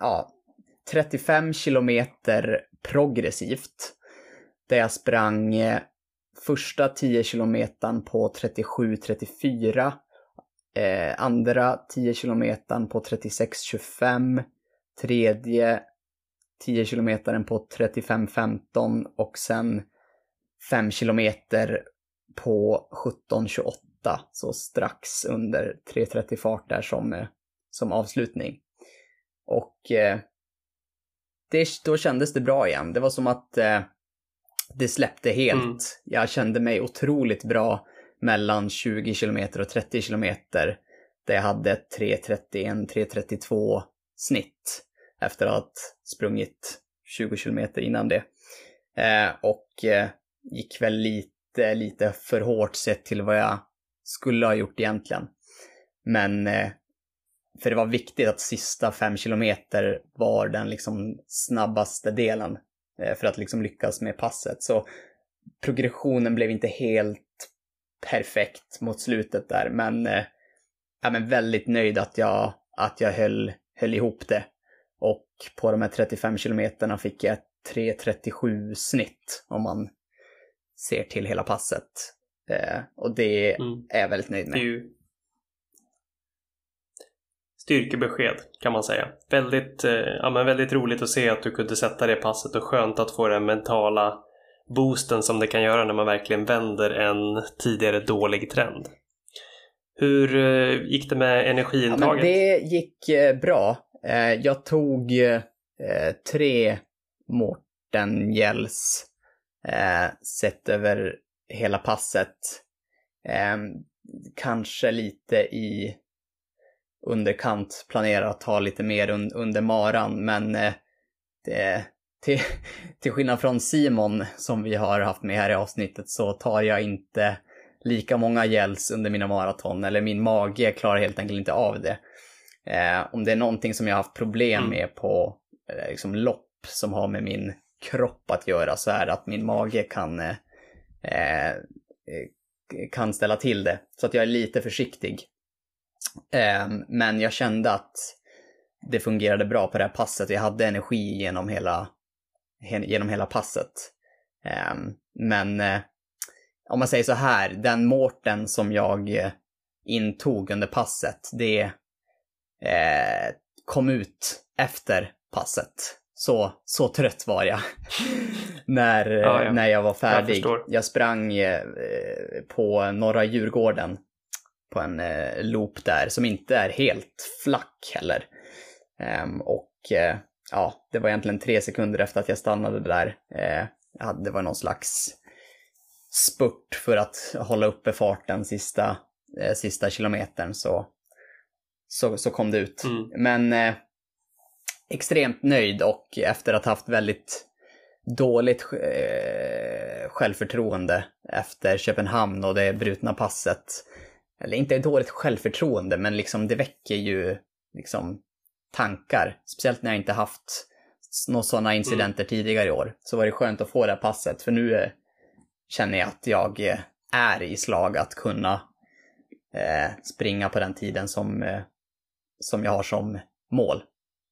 35 kilometer progressivt. Där jag sprang första 10 kilometern på 37-34. Andra 10 kilometern på 36-25. Tredje 10 kilometern på 35-15. Och sen 5 kilometer på 17-28. Så strax under 3:30 fart där som avslutning. Och då kändes det bra igen. Det var som att det släppte helt. Jag kände mig otroligt bra mellan 20 kilometer och 30 kilometer. Där jag hade 3:31-3:32 snitt. Efter att ha sprungit 20 kilometer innan det. Och gick väl lite för hårt sett till vad jag skulle ha gjort egentligen. Men för det var viktigt att sista 5 kilometer var den liksom snabbaste delen för att liksom lyckas med passet. Så progressionen blev inte helt perfekt mot slutet där, men väldigt nöjd att jag höll ihop det. Och på de här 35 kilometerna fick jag 3:37 snitt om man ser till hela passet. Och det är jag väldigt nöjd med. Det är ju styrkebesked kan man säga. Väldigt roligt att se att du kunde sätta det passet, och skönt att få den mentala boosten som det kan göra när man verkligen vänder en tidigare dålig trend. Hur gick det med energiintaget? Ja, men det gick bra. Jag tog 3 Mårten Gjells sett över hela passet. Kanske lite i underkant, planerar att ta lite mer under maran, men till skillnad från Simon som vi har haft med här i avsnittet, så tar jag inte lika många gels under mina maraton, eller min mage klarar helt enkelt inte av det. Om det är någonting som jag har haft problem med på liksom lopp som har med min kropp att göra, så är det att min mage kan ställa till det. Så att jag är lite försiktig. Men jag kände att det fungerade bra på det här passet. Jag hade energi genom hela passet. Men om man säger så här, den Mårten som jag intog under passet, det kom ut efter passet. Så trött var jag när jag var färdig. Jag sprang på Norra Djurgården på en loop där som inte är helt flack heller. Det var egentligen 3 sekunder efter att jag stannade där. Det var någon slags spurt för att hålla uppe farten sista kilometern, så kom det ut. Men extremt nöjd, och efter att ha haft väldigt dåligt självförtroende efter Köpenhamn och det brutna passet, eller inte dåligt självförtroende, men liksom det väcker ju liksom tankar, speciellt när jag inte haft några sådana incidenter tidigare i år, så var det skönt att få det här passet, för nu känner jag att jag är i slag att kunna springa på den tiden som jag har som mål.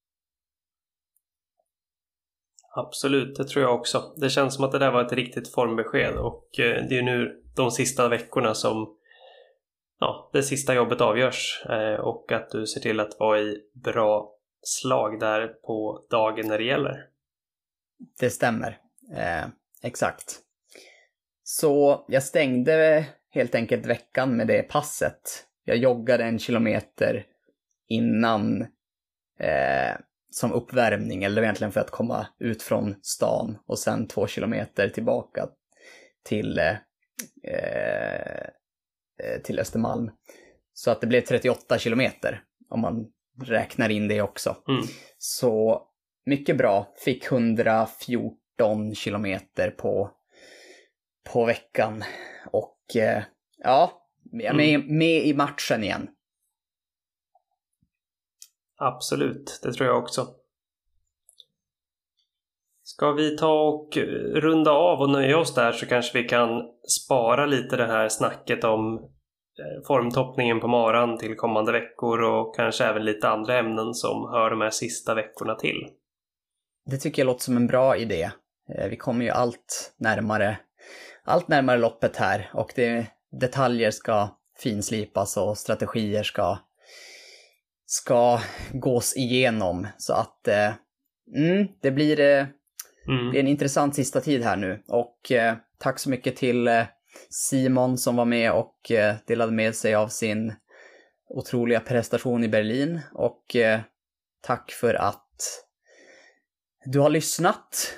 Absolut, det tror jag också. Det känns som att det där var ett riktigt formbesked, och det är nu de sista veckorna som det sista jobbet avgörs, och att du ser till att vara i bra slag där på dagen när det gäller. Det stämmer, exakt. Så jag stängde helt enkelt veckan med det passet. Jag joggade 1 kilometer innan som uppvärmning, eller egentligen för att komma ut från stan, och sen 2 kilometer tillbaka till Östermalm. Så att det blev 38 kilometer om man räknar in det också. Så mycket bra. Fick 114 kilometer på veckan. Och ja, jag är med i matchen igen. Absolut, det tror jag också. Ska vi ta och runda av och nöja oss där, så kanske vi kan spara lite det här snacket om formtoppningen på maran till kommande veckor och kanske även lite andra ämnen som hör de här sista veckorna till. Det tycker jag låter som en bra idé. Vi kommer ju allt närmare loppet här, och detaljer ska finslipas och strategier ska gås igenom, så att det blir en intressant sista tid här nu. Och tack så mycket till Simon som var med och delade med sig av sin otroliga prestation i Berlin, och tack för att du har lyssnat.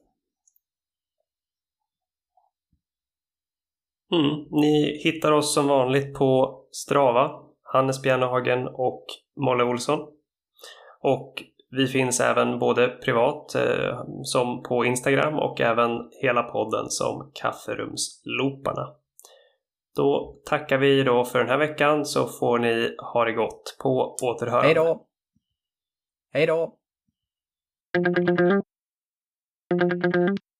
Ni hittar oss som vanligt på Strava, Hannes Bjernehagen och Molle Olsson. Och vi finns även både privat som på Instagram och även hela podden som Kafferumsloparna. Då tackar vi då för den här veckan, så får ni ha det gott. På återhörande. Hej då! Hej då!